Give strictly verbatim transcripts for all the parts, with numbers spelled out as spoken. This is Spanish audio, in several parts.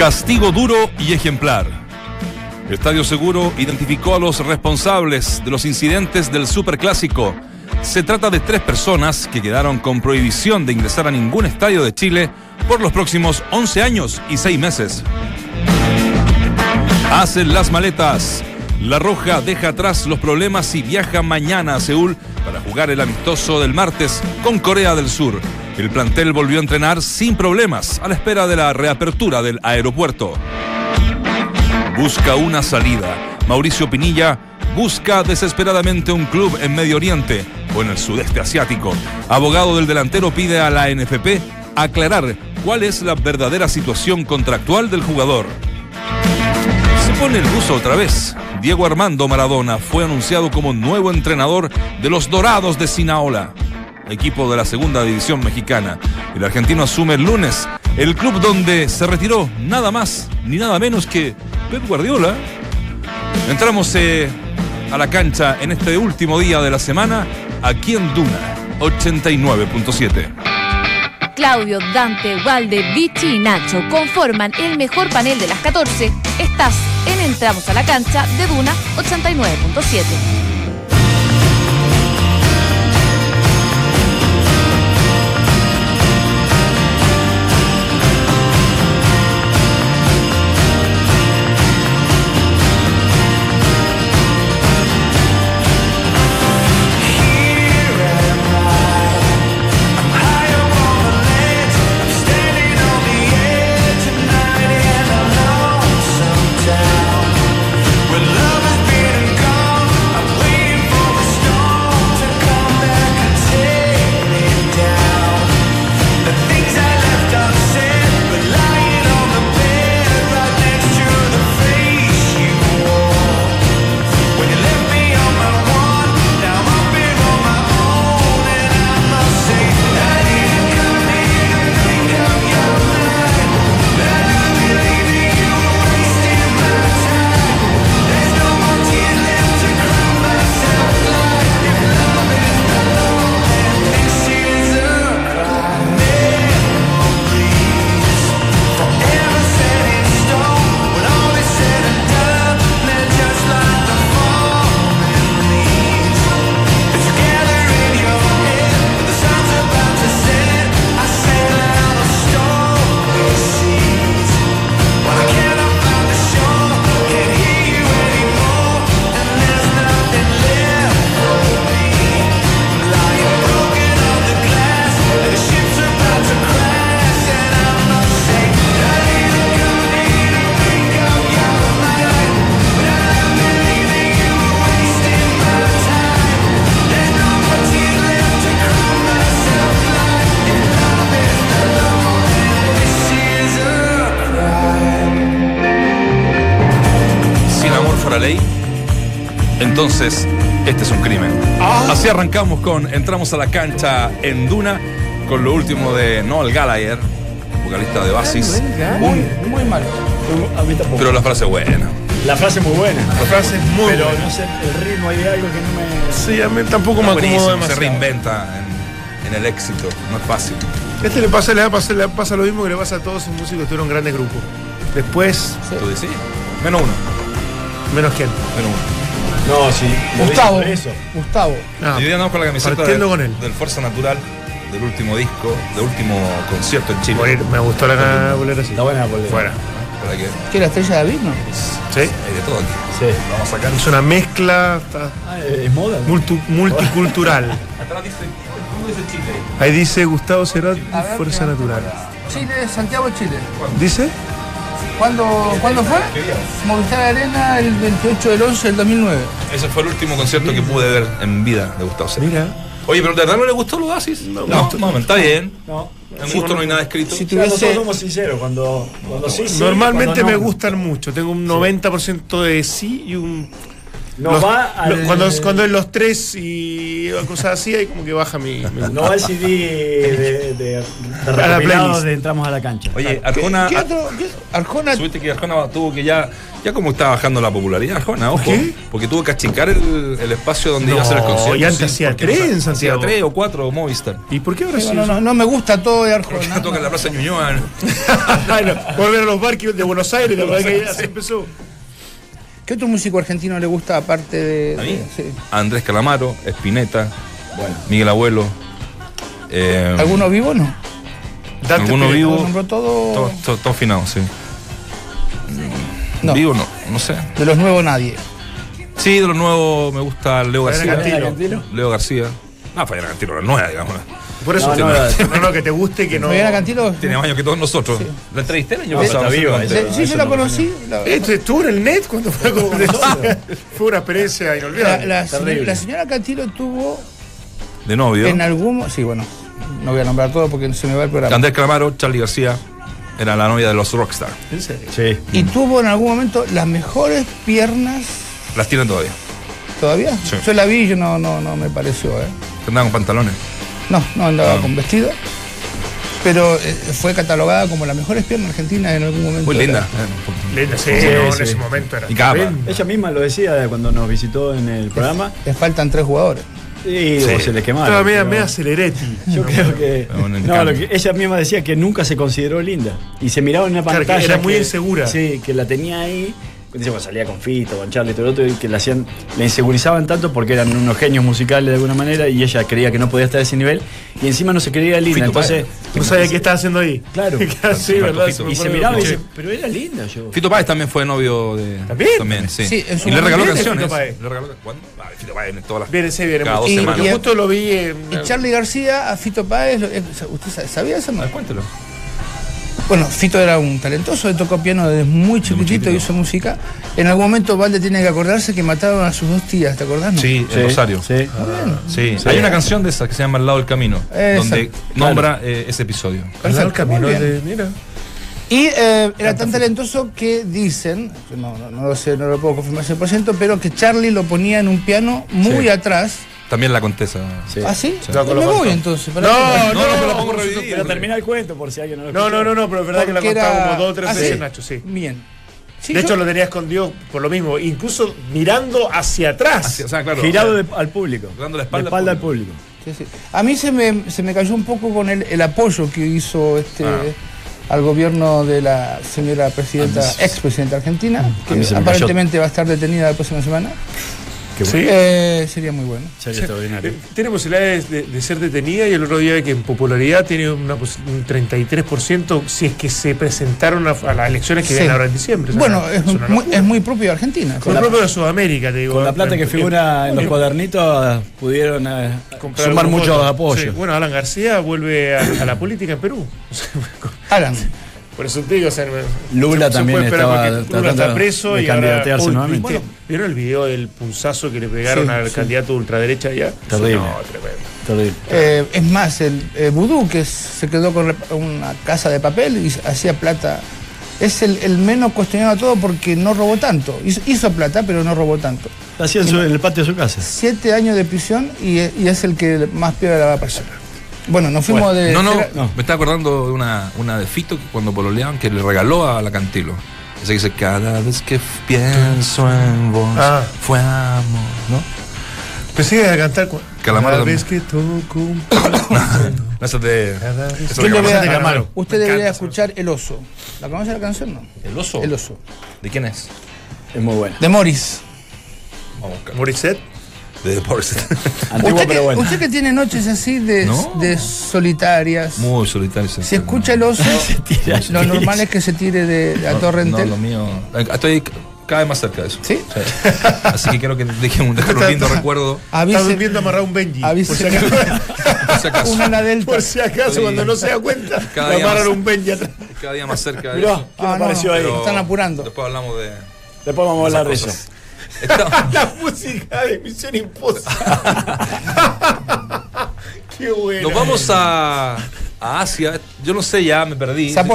Castigo duro y ejemplar. Estadio Seguro identificó a los responsables de los incidentes del Superclásico. Se trata de tres personas que quedaron con prohibición de ingresar a ningún estadio de Chile por los próximos once años y seis meses. Hacen las maletas. La Roja deja atrás los problemas y viaja mañana a Seúl para jugar el amistoso del martes con Corea del Sur. El plantel volvió a entrenar sin problemas a la espera de la reapertura del aeropuerto. Busca una salida. Mauricio Pinilla busca desesperadamente un club en Medio Oriente o en el sudeste asiático. Abogado del delantero pide a la N F P aclarar cuál es la verdadera situación contractual del jugador. Se pone el buzo otra vez. Diego Armando Maradona fue anunciado como nuevo entrenador de los Dorados de Sinaola, equipo de la segunda división mexicana. El argentino asume el lunes el club donde se retiró nada más ni nada menos que Pep Guardiola. Entramos eh, a la cancha en este último día de la semana aquí en Duna ochenta y nueve punto siete. Claudio, Dante, Walde, Vichy y Nacho conforman el mejor panel de las catorce. Estás en Entramos a la Cancha de Duna ochenta y nueve punto siete. Entonces, este es un crimen. Así arrancamos con Entramos a la Cancha en Duna, con lo último de Noel Gallagher, vocalista de Oasis. Muy, muy mal. Pero la frase es buena. La frase es muy buena. La frase es muy pero buena. no sé, el ritmo hay algo que no me... Sí, a mí tampoco me acomoda demasiado. Se reinventa en, en el éxito, no es fácil. Este le pasa, le va a pasar, le pasa lo mismo que le pasa a todos sus músicos que tuvieron grandes grupos. Después, Sí. ¿Tú decís? Menos uno. menos quién. Menos uno. No, sí. Gustavo. Eso. Gustavo. Ah, Hoy día andamos con la camiseta partiendo de- con él. del Fuerza Natural, del último disco, del último concierto en Chile. morir, me gustó la bolera así. Está buena la polera. Fuera. Para que ¿Qué la estrella de David, no? Sí. hay de todo aquí. Sí. Vamos a sacar. Es una mezcla está Ah, es moda. ¿no? multi- multicultural. Atrás dice, ¿cómo dice Chile? Ahí dice Gustavo Cerati, A ver, Fuerza ¿qué? Natural. Chile, Santiago, Chile. ¿Dice? ¿Cuándo, ¿cuándo fue? Movistar Arena el veintiocho del once del dos mil nueve. Ese fue el último concierto que pude ver en vida de Gustavo Cerati. Mira. Oye, pero ¿de verdad no le gustó los Oasis? No, no, no, está bien. No. En gusto no hay nada escrito. Si O sea, nosotros tuviese... somos sinceros. Cuando, cuando sí, sí. Normalmente cuando me no. gustan mucho. Tengo un noventa por ciento de sí y un No los, va al... lo- cuando, cuando en los tres y cosas así, ahí como que baja mi. mi- No va al C D de, de, de la recopilados playlist. de Entramos a la Cancha. Oye, ¿Qué, Arjona. qué otro? ¿Qué- Arjona. Subiste que Arjona tuvo que ya. Ya como está bajando la popularidad, Arjona, ojo. qué? Porque tuvo que achicar el, el espacio donde No, iba a hacer el concierto. y antes sí, hacía porque tres no- en Santiago. Hacía tres o cuatro Movistar. ¿Y por qué ahora sí? No, no, no me gusta todo de Arjona. Toca en la Plaza Ñuñoa. Bueno, volver a los barcos de Buenos Aires, la verdad que ya se empezó. ¿Qué otro músico argentino le gusta aparte de.? ¿A mí? de- sí. Andrés Calamaro, Spinetta, Bueno. Miguel Abuelo. Eh, ¿Alguno vivo no? Dante ¿Alguno Pérez. vivo? ¿Lo nombró todo? Todo, todo, todo afinado, sí. No. Vivo no, no sé. De los nuevos nadie. Sí, de los nuevos me gusta Leo Fabián García. Cantilo. Leo García. No, Fabián Cantilo, la nueva, digamos. Por eso, No, no, no, no, no, que te guste, que no. Fabiana Cantilo. Tiene más años que todos nosotros. Sí. La entrevisté el año No, pasado. está viva, no sé esa. cuánto. Sí, yo eso la no conocí. La, Esto estuvo en el net cuando fue como Fue una experiencia la, inolvidable. la Terrible. señora, la señora Cantilo tuvo De novio. en algún. mo- Sí, bueno. No voy a nombrar todo porque se me va el programa. Andrés Calamaro, Charlie García. Era la novia de los Rockstar. ¿En serio? Sí. Y tuvo en algún momento las mejores piernas. Las tienen todavía. ¿Todavía? Sí. Yo la vi y yo no, no, no me pareció, ¿eh? Andaban con pantalones. No, no andaba Ah. con vestido. Pero eh, fue catalogada como las mejores piernas argentinas en algún momento. Muy de la- linda. Linda, sí, Sí, no, sí. en ese momento era. Y capa. tremendo. Ella misma lo decía cuando nos visitó en el programa. Le faltan tres jugadores. Y Sí. o se le quemaron. Estaba media, pero- media Celeretti. Yo creo que. Bueno, No, encanto. lo que ella misma decía que nunca se consideró linda. Y se miraba en una Claro, que pantalla. era muy insegura. Sí, que la tenía ahí. Dice, bueno, salía con Fito, con Charlie, todo lo otro, y que la hacían, la insegurizaban tanto porque eran unos genios musicales de alguna manera y ella creía que no podía estar a ese nivel y encima no se creía linda. Fito Entonces, No sabía qué estaba haciendo ahí. Claro. Sí, verdad. Fito. y se miraba y dice, pero era linda yo. Fito Páez también fue novio de. ¿También? sí. Sí, en su y le regaló momento viene canciones. Fito Páez. Le regaló. ¿Cuándo? Ah, Fito Páez en todas las. Viene, sí, viene Cada mucho. dos Y- semanas. y justo lo vi en. Y Charlie García a Fito Páez, lo- eh, ¿usted sabía eso? A No? ver, cuéntelo. Bueno, Fito era un talentoso, él tocó piano desde muy chiquitito, chiquitito. hizo música. En algún momento Valde tiene que acordarse que mataron a sus dos tías, ¿te acordás? No? Sí, en Rosario. Sí. Sí. Hay una canción de esa que se llama Al lado del camino, Exacto. donde nombra eh, ese episodio. Al camino muy bien. de. Mira. Y eh, era tan talentoso que dicen, no, no, no lo sé, no lo puedo confirmar cien por ciento, pero que Charlie lo ponía en un piano muy Sí. atrás. También la contesa. Sí. ¿Ah, sí? Sí. No, No, me lo voy contó. entonces. ¿para No, qué? No, no, pero la pongo por revivir. supuesto. Pero termina el cuento por si alguien no lo No, escuchó. no, no, no, pero es verdad que la Porque contaba era- como dos o tres ¿Ah, veces sí? Nacho, sí. Bien. Sí, De yo- hecho, lo tenía escondido por lo mismo, incluso mirando hacia atrás. Así, o sea, claro. Girado de- al público. Dando la De espalda espalda al al público. Sí, sí. A mí se me, se me cayó un poco con el, el apoyo que hizo este Ah. al gobierno de la señora presidenta, A mí- expresidenta argentina, A mí que se me aparentemente va a estar detenida la próxima semana. Qué Sí. Eh, sería muy bueno. Sería extraordinario. Eh, Tiene posibilidades de, de ser detenida y el otro día vi que en popularidad tiene una, pos- un treinta y tres por ciento si es que se presentaron a, a las elecciones que Sí. vienen ahora en diciembre. O sea, Bueno, es, una muy, locura. es muy propio de Argentina. Con La- propio de Sudamérica, te digo. Con la plata que figura en los cuadernitos pudieron eh, Comprar sumar algunos muchos votos. apoyos. Sí, bueno, Alan García vuelve a, a la política en Perú. O sea, Alan. por eso te digo, o sea, Lula se- se también puede esperar estaba porque Lula tratando está preso de y ahora candidatearse hoy, nuevamente. ¿viste? ¿Vieron el video del punzazo que le pegaron Sí, al sí. candidato de ultraderecha allá? Terrible. No, tremendo. Terrible. Eh, es más, el eh, Vudú, que se quedó con rep- una casa de papel y hacía plata, es el, el menos cuestionado de todo porque no robó tanto. Hizo, hizo plata, pero no robó tanto. Hacía en, su- en el patio de su casa. Siete años de prisión y, y es el que más peor la va a pasar. Bueno, nos fuimos Bueno, de. No, no, era- no. me está acordando de una, una de Fito que cuando pololeaban que le regaló a la Cantilo. Esa que dice, cada vez que pienso en vos, Ah. fue amor, ¿no? Pensé que iba a cantar cu- Calamaro cada también. vez que toco un No, esa es de... Cada vez- esa es Yo de le voy a- Calamaro. Calamaro. Usted Me debería encanta escuchar El Oso. ¿La conoce la canción? No. ¿El oso? El Oso. ¿De quién es? Es muy bueno. De Morris. Vamos a buscar. Morissette. De Boris. Antiguo Usted que, pero bueno. usted que tiene noches así de, No. de solitarias. Muy solitario. ese Si tema. escucha El Oso, tira, lo tira. normal es que se tire de, de a No, Torrentel. No, lo mío... Estoy cada vez más cerca de eso. ¿Sí? Así que quiero que deje un, dejar un lindo recuerdo. Está Avise, durmiendo amarrado un Benji. avise Por si acaso, Por si acaso. una la delta. por si acaso Sí. cuando no se da cuenta, Cada le día amarran más. un Benji atrás. Cada día más cerca de Mirá, eso. ¿qué me Ah, no, apareció no. ahí? Pero Están apurando. Después hablamos de... Después vamos a hablar de esas eso. cosas. Está- La música de Misión Imposible. Qué bueno. Nos vamos a, a Asia. Yo no sé, ya me perdí. Sapporo.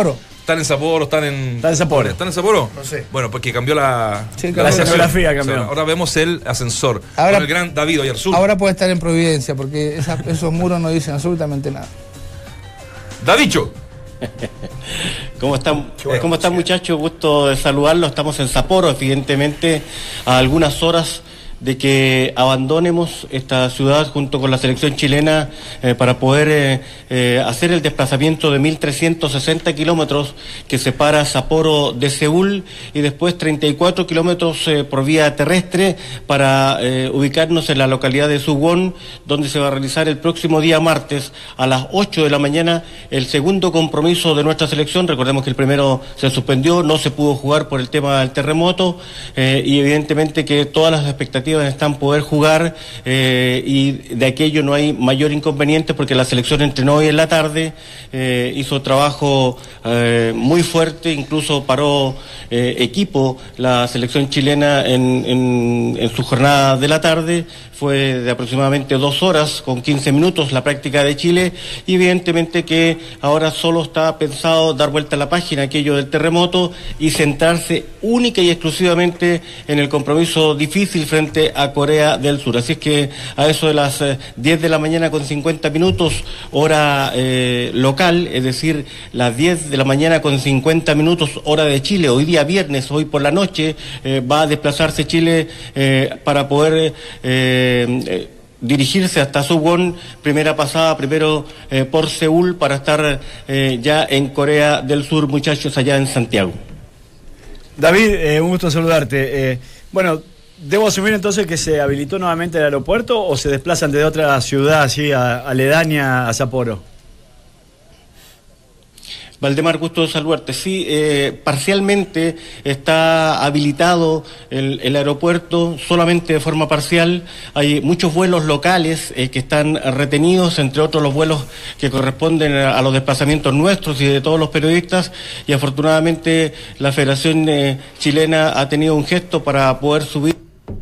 ¿Están en Sapporo? ¿Están en...? Están en Sapporo. ¿Están en Sapporo? No sé. Bueno, porque cambió la... Sí, la cambió la estación. geografía, cambió. O sea, ahora vemos el ascensor. Ahora- con el gran David Oyarzún. Ahora puede estar en Providencia, porque esa- esos muros no dicen absolutamente nada. Davicho. ¿Cómo están, bueno, ¿cómo están sí. muchachos? Gusto de saludarlos. Estamos en Sapporo, evidentemente, a algunas horas de que abandonemos esta ciudad junto con la selección chilena eh, para poder eh, eh, hacer el desplazamiento de mil trescientos sesenta kilómetros que separa Sapporo de Seúl y después treinta y cuatro kilómetros eh, por vía terrestre para eh, ubicarnos en la localidad de Suwon, donde se va a realizar el próximo día martes a las ocho de la mañana el segundo compromiso de nuestra selección. Recordemos que el primero se suspendió, no se pudo jugar por el tema del terremoto eh, y evidentemente que todas las expectativas están poder jugar eh, y de aquello no hay mayor inconveniente porque la selección entrenó hoy en la tarde, eh, hizo trabajo eh, muy fuerte, incluso paró eh, equipo la selección chilena en, en, en su jornada de la tarde. Fue de aproximadamente dos horas con quince minutos la práctica de Chile y evidentemente que ahora solo está pensado dar vuelta a la página aquello del terremoto y centrarse única y exclusivamente en el compromiso difícil frente a Corea del Sur. Así es que a eso de las eh, diez de la mañana con cincuenta minutos hora eh, local, es decir, las diez de la mañana con cincuenta minutos hora de Chile, hoy día viernes, hoy por la noche, eh, va a desplazarse Chile eh, para poder eh, Eh, dirigirse hasta Suwon, primera pasada primero eh, por Seúl para estar eh, ya en Corea del Sur, muchachos, allá en Santiago. David, eh, un gusto saludarte. Eh, bueno, ¿debo asumir entonces que se habilitó nuevamente el aeropuerto o se desplazan desde otra ciudad así a, aledaña a Sapporo? Valdemar, gusto de saludarte. Sí, eh, parcialmente está habilitado el, el aeropuerto, solamente de forma parcial. Hay muchos vuelos locales eh, que están retenidos, entre otros los vuelos que corresponden a, a los desplazamientos nuestros y de todos los periodistas. Y afortunadamente la Federación eh, Chilena ha tenido un gesto para poder subir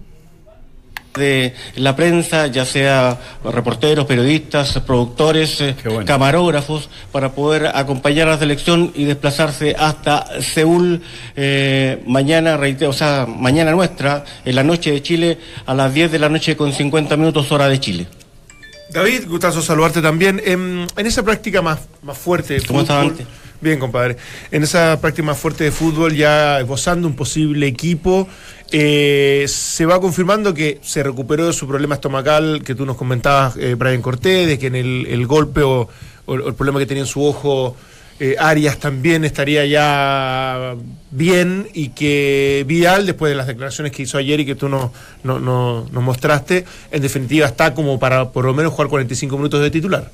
de la prensa, ya sea reporteros, periodistas, productores, eh, bueno. camarógrafos, para poder acompañar a la selección y desplazarse hasta Seúl eh, mañana, reitero, o sea, mañana nuestra, en la noche de Chile, a las diez de la noche con cincuenta minutos hora de Chile. David, gustazo saludarte también. En, en esa práctica más, más fuerte de ¿Cómo fútbol. estás antes? Bien, compadre. En esa práctica más fuerte de fútbol, ya esbozando un posible equipo, eh, se va confirmando que se recuperó de su problema estomacal que tú nos comentabas, eh, Brian Cortés, de que en el, el golpe o, o el problema que tenía en su ojo eh, Arias también estaría ya bien, y que Vidal, después de las declaraciones que hizo ayer y que tú nos no, no, nos mostraste, en definitiva está como para por lo menos jugar cuarenta y cinco minutos de titular.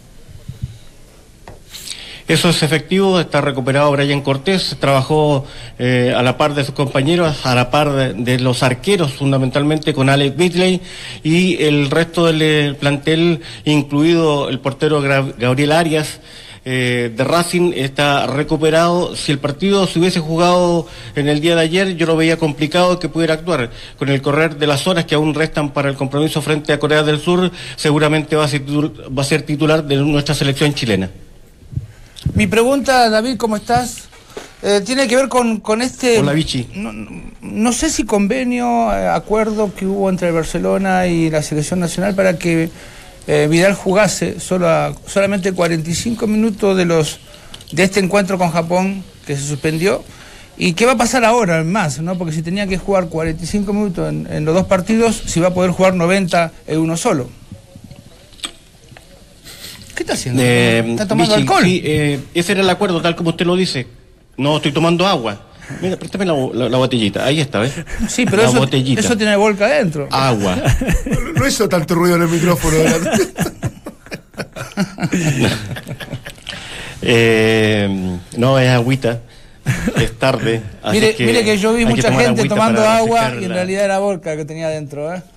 Eso es efectivo, está recuperado Brian Cortés, trabajó eh, a la par de sus compañeros, a la par de, de los arqueros, fundamentalmente con Alex Midley, y el resto del eh, plantel, incluido el portero Gra- Gabriel Arias, eh, de Racing, está recuperado. Si el partido se hubiese jugado en el día de ayer, yo lo veía complicado que pudiera actuar. Con el correr de las horas que aún restan para el compromiso frente a Corea del Sur, seguramente va a ser, va a ser titular de nuestra selección chilena. Mi pregunta, David, ¿cómo estás? Eh, tiene que ver con, con este... Hola, Vichy. No, no sé si convenio, eh, acuerdo que hubo entre el Barcelona y la selección nacional para que eh, Vidal jugase solo a, solamente cuarenta y cinco minutos de los de este encuentro con Japón que se suspendió. ¿Y qué va a pasar ahora más? ¿no? Porque si tenía que jugar cuarenta y cinco minutos en, en los dos partidos, si va a poder jugar noventa en uno solo. ¿Qué está haciendo? Eh, ¿Está tomando Vichy, alcohol? Sí, eh, ese era el acuerdo, tal como usted lo dice. No, estoy tomando agua. Mira, préstame la, la, la botellita. Ahí está, ¿ves? Sí, pero la eso, botellita. eso tiene volca adentro. Agua. No, no hizo tanto ruido en el micrófono. eh, no, es agüita. Es tarde. Así Mire que mire que yo vi hay que mucha tomar gente agüita tomando para agua refrescar y en la- realidad era volca que tenía adentro, ¿eh?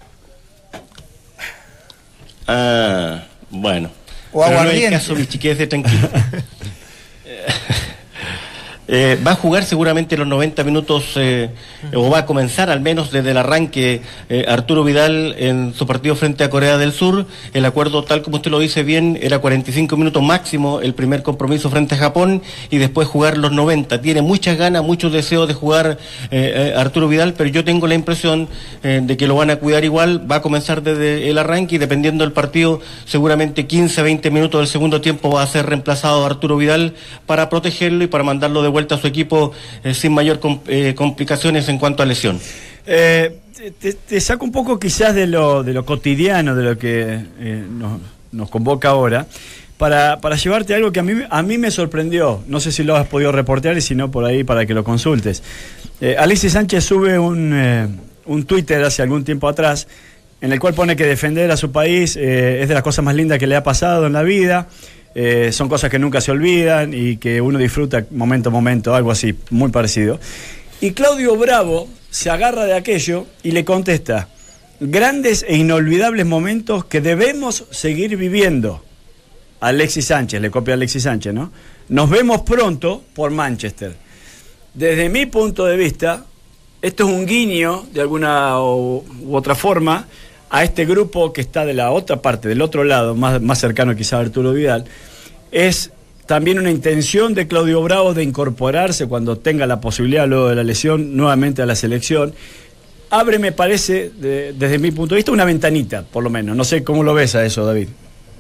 Ah, bueno. O Pero no es el aguardiente. caso, Vichy, quédese tranquilo. Eh, va a jugar seguramente los noventa minutos, eh, o va a comenzar al menos desde el arranque eh, Arturo Vidal en su partido frente a Corea del Sur. El acuerdo, tal como usted lo dice bien, era cuarenta y cinco minutos máximo el primer compromiso frente a Japón y después jugar los noventa. Tiene muchas ganas, muchos deseos de jugar eh, eh, Arturo Vidal, pero yo tengo la impresión eh, de que lo van a cuidar igual. Va a comenzar desde el arranque y dependiendo del partido, seguramente quince a veinte minutos del segundo tiempo va a ser reemplazado Arturo Vidal para protegerlo y para mandarlo de vuelta a su equipo eh, sin mayor com eh, complicaciones en cuanto a lesión. Eh, te, te saco un poco quizás de lo, de lo cotidiano, de lo que eh, nos, nos convoca ahora, para, para llevarte algo que a mí, a mí me sorprendió. No sé si lo has podido reportear y si no, por ahí para que lo consultes. Eh, Alexis Sánchez sube un, eh, un Twitter hace algún tiempo atrás en el cual pone que defender a su país eh, es de las cosas más lindas que le ha pasado en la vida. Eh, son cosas que nunca se olvidan y que uno disfruta momento a momento, algo así, muy parecido. Y Claudio Bravo se agarra de aquello y le contesta: grandes e inolvidables momentos que debemos seguir viviendo. Alexis Sánchez, le copia a Alexis Sánchez, ¿no? Nos vemos pronto por Manchester. Desde mi punto de vista, esto es un guiño, de alguna u, u otra forma, a este grupo que está de la otra parte, del otro lado, más, más cercano quizá a Arturo Vidal. Es también una intención de Claudio Bravo de incorporarse cuando tenga la posibilidad luego de la lesión nuevamente a la selección. Abre, me parece, de, desde mi punto de vista, una ventanita, por lo menos. No sé cómo lo ves a eso, David.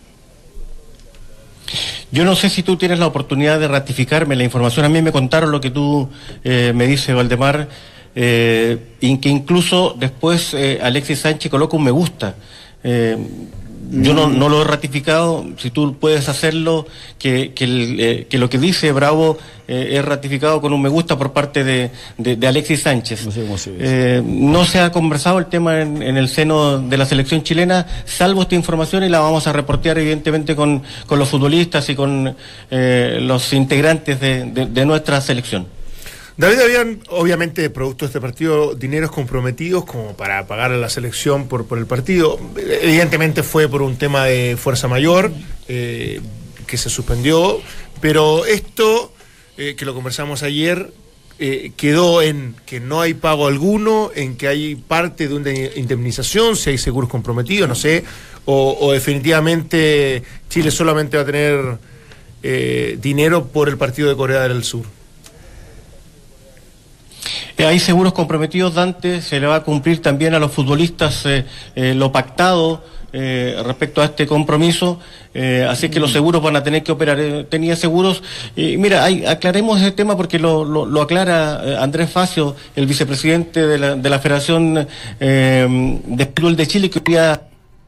Yo no sé si tú tienes la oportunidad de ratificarme la información. A mí me contaron lo que tú eh, me dices, Valdemar, eh, y que incluso después eh, Alexis Sánchez coloca un me gusta. Eh, yo no, no lo he ratificado. Si tú puedes hacerlo, que, que, el, eh, que lo que dice Bravo eh, es ratificado con un me gusta por parte de, de, de Alexis Sánchez. No sé cómo se dice. Eh, no se ha conversado el tema en, en el seno de la selección chilena, salvo esta información, y la vamos a reportear evidentemente con, con los futbolistas y con eh, los integrantes de, de, de nuestra selección. David, habían, obviamente, producto de este partido, dineros comprometidos como para pagar a la selección por, por el partido. Evidentemente fue por un tema de fuerza mayor, eh, que se suspendió, pero esto, eh, que lo conversamos ayer, eh, quedó en que no hay pago alguno, en que hay parte de una indemnización, si hay seguros comprometidos, no sé, o, o definitivamente Chile solamente va a tener eh, dinero por el partido de Corea del Sur. Hay seguros comprometidos, Dante. Se le va a cumplir también a los futbolistas eh, eh, lo pactado eh, respecto a este compromiso, eh, así que los seguros van a tener que operar. Eh, tenía seguros, y mira, hay, aclaremos ese tema porque lo, lo, lo aclara eh, Andrés Facio, el vicepresidente de la, de la Federación eh, de Fútbol de Chile, que hoy día...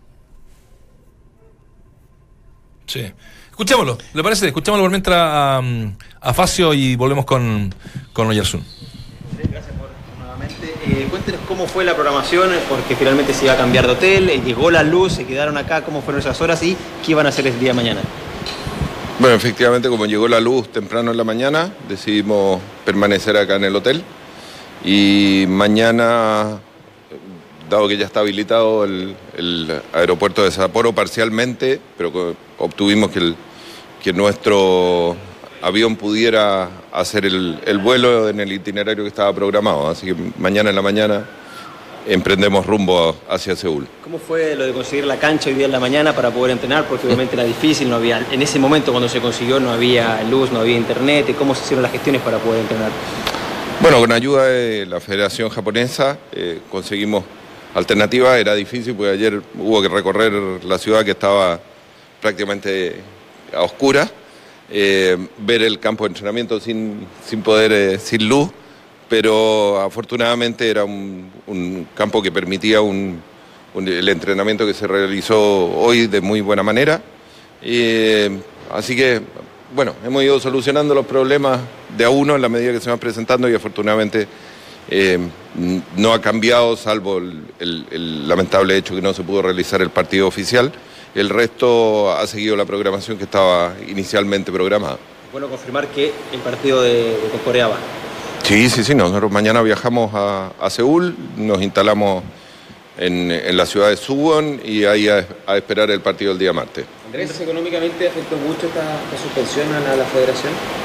Sí. Escuchémoslo, ¿le parece? Escuchémoslo por mientras a, a Facio y volvemos con, con Oyarzún. Gracias por nuevamente. Eh, cuéntenos cómo fue la programación, porque finalmente se iba a cambiar de hotel, eh, llegó la luz, se quedaron acá, cómo fueron esas horas y qué iban a hacer el día de mañana. Bueno, efectivamente, como llegó la luz temprano en la mañana, decidimos permanecer acá en el hotel y mañana, dado que ya está habilitado el, el aeropuerto de Sapporo parcialmente, pero obtuvimos que, el, que nuestro avión pudiera hacer el, el vuelo en el itinerario que estaba programado, así que mañana en la mañana emprendemos rumbo hacia Seúl. ¿Cómo fue lo de conseguir la cancha hoy día en la mañana para poder entrenar? Porque obviamente era difícil, no había, en ese momento cuando se consiguió no había luz, no había internet. ¿Cómo se hicieron las gestiones para poder entrenar? Bueno, con ayuda de la Federación Japonesa eh, conseguimos alternativas. Era difícil porque ayer hubo que recorrer la ciudad que estaba prácticamente a oscuras. Eh, ver el campo de entrenamiento sin, sin poder, eh, sin luz, pero afortunadamente era un, un campo que permitía un, un, el entrenamiento que se realizó hoy de muy buena manera. Eh, así que, bueno, hemos ido solucionando los problemas de a uno en la medida que se van presentando y afortunadamente eh, no ha cambiado, salvo el, el, el lamentable hecho que no se pudo realizar el partido oficial. El resto ha seguido la programación que estaba inicialmente programada. Bueno, confirmar que el partido de, de Corea va. Sí, sí, sí. Nosotros mañana viajamos a, a Seúl, nos instalamos en, en la ciudad de Suwon y ahí a, a esperar el partido el día martes. Andrés, ¿económicamente afectó mucho esta, esta suspensión a la, a la federación?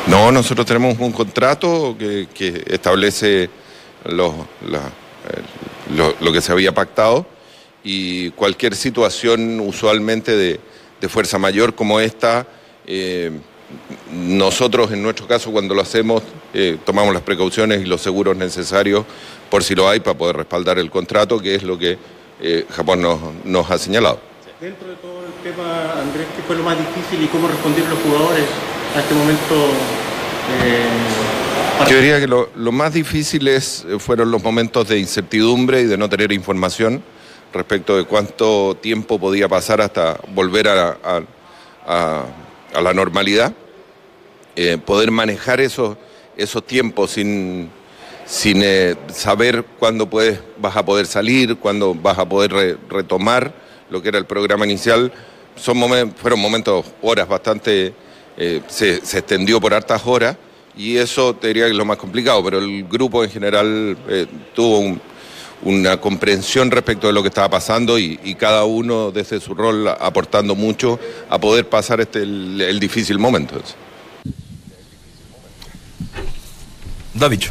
No, nosotros tenemos un contrato que, que establece los, la, eh, lo, lo que se había pactado, y cualquier situación usualmente de, de fuerza mayor como esta, eh, nosotros en nuestro caso cuando lo hacemos eh, tomamos las precauciones y los seguros necesarios por si lo hay para poder respaldar el contrato, que es lo que eh, Japón nos, nos ha señalado. Dentro de todo el tema, Andrés, ¿qué fue lo más difícil y cómo respondieron los jugadores a este momento? Eh, Yo diría que lo, lo más difícil es, fueron los momentos de incertidumbre y de no tener información respecto de cuánto tiempo podía pasar hasta volver a, a, a, a la normalidad. Eh, poder manejar esos, esos tiempos sin, sin eh, saber cuándo puedes, vas a poder salir, cuándo vas a poder re, retomar lo que era el programa inicial, son momen, fueron momentos, horas bastante, eh, se, se extendió por hartas horas, y eso te diría que es lo más complicado, pero el grupo en general eh, tuvo un, una comprensión respecto de lo que estaba pasando, y, y cada uno desde su rol aportando mucho a poder pasar este el, el difícil momento. David.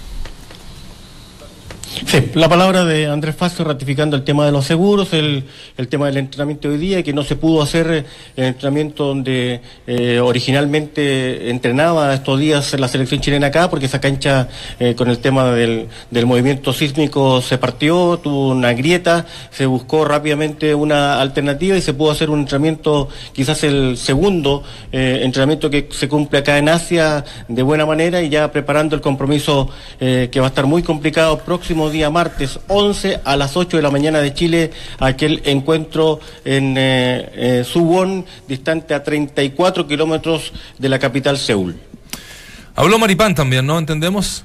Sí, la palabra de Andrés Facio ratificando el tema de los seguros, el, el tema del entrenamiento de hoy día, que no se pudo hacer el entrenamiento donde eh, originalmente entrenaba estos días la selección chilena acá, porque esa cancha eh, con el tema del, del movimiento sísmico se partió, tuvo una grieta, se buscó rápidamente una alternativa y se pudo hacer un entrenamiento, quizás el segundo eh, entrenamiento que se cumple acá en Asia de buena manera, y ya preparando el compromiso eh, que va a estar muy complicado próximo día martes once a las ocho de la mañana de Chile, aquel encuentro en eh, eh, Suwon, distante a treinta y cuatro kilómetros de la capital Seúl. Habló Maripán también, ¿no? ¿Entendemos?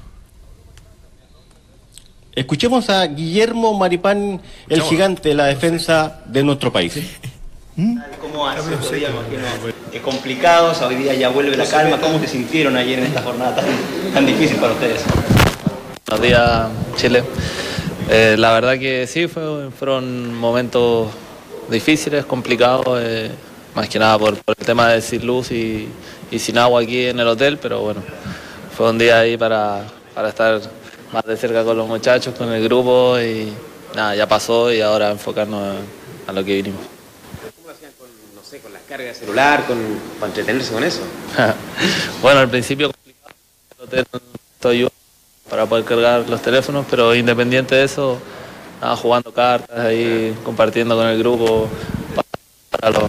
Escuchemos a Guillermo Maripán, el no. gigante de la defensa de nuestro país. ¿Mm? ¿Cómo ha sido estos días? Es complicado, o sea, hoy día ya vuelve la calma. ¿Cómo se sintieron ayer en esta jornada tan, tan difícil para ustedes? Buenos días, Chile. Eh, la verdad que sí, fue, fueron momentos difíciles, complicados, eh, más que nada por, por el tema de sin luz y, y sin agua aquí en el hotel, pero bueno, fue un día ahí para, para estar más de cerca con los muchachos, con el grupo, y nada, ya pasó, y ahora enfocarnos a, a lo que vinimos. ¿Cómo hacían con, no sé, con las cargas de celular, con, para entretenerse con eso? Bueno, al principio complicado, el hotel estoy yo para poder cargar los teléfonos, pero independiente de eso, nada, jugando cartas ahí, compartiendo con el grupo para los...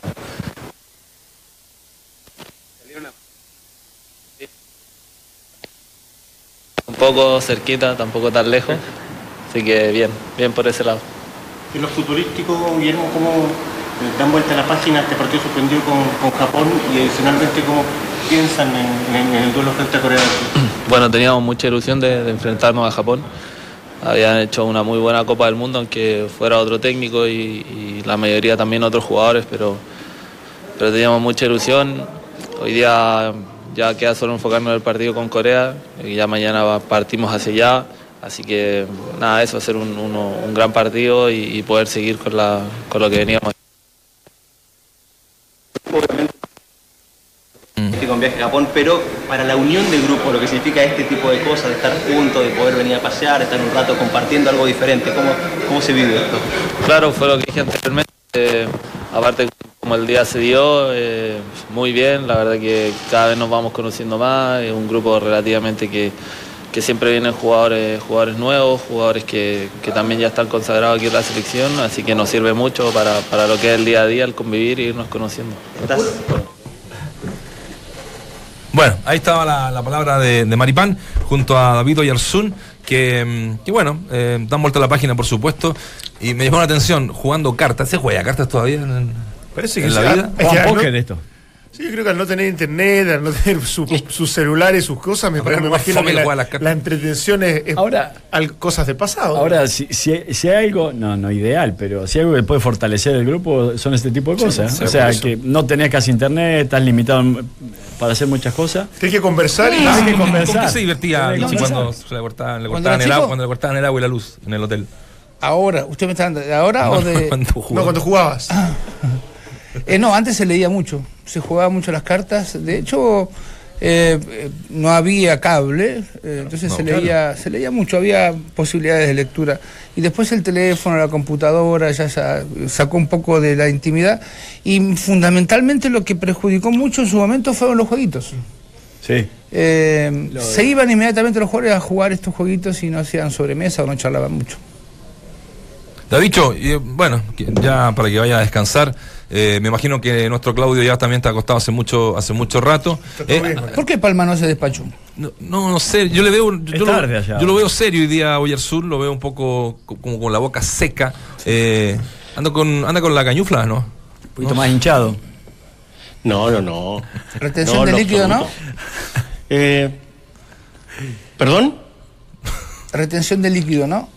Un poco cerquita, tampoco tan lejos, así que bien, bien por ese lado. En lo futbolístico, Guillermo, ¿cómo dan vuelta a la página? Este partido suspendió con, con Japón, y adicionalmente, ¿cómo piensan en, en, en el duelo frente a Corea del Sur? Bueno, teníamos mucha ilusión de, de enfrentarnos a Japón. Habían hecho una muy buena Copa del Mundo, aunque fuera otro técnico y, y la mayoría también otros jugadores, pero, pero teníamos mucha ilusión. Hoy día ya queda solo enfocarnos en el partido con Corea, y ya mañana partimos hacia allá. Así que nada, eso va a ser un, uno, un gran partido y, y poder seguir con, la, con lo que veníamos. Con viaje a Japón, pero para la unión del grupo, lo que significa este tipo de cosas, de estar juntos, de poder venir a pasear, de estar un rato compartiendo algo diferente, ¿cómo, cómo se vive esto? Claro, fue lo que dije anteriormente, eh, aparte como el día se dio, eh, muy bien, la verdad que cada vez nos vamos conociendo más, es un grupo relativamente que, que siempre vienen jugadores, jugadores nuevos, jugadores que, que también ya están consagrados aquí en la selección, así que nos sirve mucho para, para lo que es el día a día, el convivir e irnos conociendo. ¿Estás? Bueno, ahí estaba la, la palabra de, de Maripán junto a David Oyarzún, que, que bueno, eh, dan vuelta a la página, por supuesto, y me llamó la atención, jugando cartas. ¿Se juega cartas todavía en, Parece que en la sea, vida? Es que al no, esto. Sí, yo creo que al no tener internet, al no tener su, sus celulares, sus cosas, me, me imagino que la, la entretención es, es ahora, al, cosas de pasado. Ahora, ¿no? si, si, si hay algo, no, no ideal, pero si hay algo que puede fortalecer el grupo, son este tipo de cosas. Sí, o sea, que no tenés casi internet, estás limitado para hacer muchas cosas. Tienes que conversar y hay que conversar. ¿Con qué se divertía Vichy cuando le cortaban, le cortaban el agua, cuando le cortaban el agua y la luz en el hotel? Ahora, ¿usted me está dando de ahora no, o de...? Cuando no, cuando jugabas. Eh, no, antes se leía mucho, se jugaba mucho las cartas. De hecho, Eh, eh, no había cable, eh, entonces no, se claro. leía se leía mucho, había posibilidades de lectura. Y después el teléfono, la computadora, ya sa- sacó un poco de la intimidad. Y fundamentalmente lo que perjudicó mucho en su momento fueron los jueguitos. Sí. Eh, Lo- se iban inmediatamente los jugadores a jugar estos jueguitos y no hacían sobremesa o no charlaban mucho. Davicho, y, bueno, que- ya para que vaya a descansar, eh, me imagino que nuestro Claudio ya también está acostado hace mucho hace mucho rato. Eh, ¿Por qué Palma no se despachó? no, no, no sé, yo le veo, yo, Es lo, tarde allá. yo lo veo serio hoy día a Oyarzún, lo veo un poco co- como con la boca seca. Eh, anda con anda con la cañufla, ¿no? Un poquito más hinchado. No, no, no. Retención No, de en líquido, ¿no? absoluto. Eh, ¿Perdón? Retención de líquido, ¿no?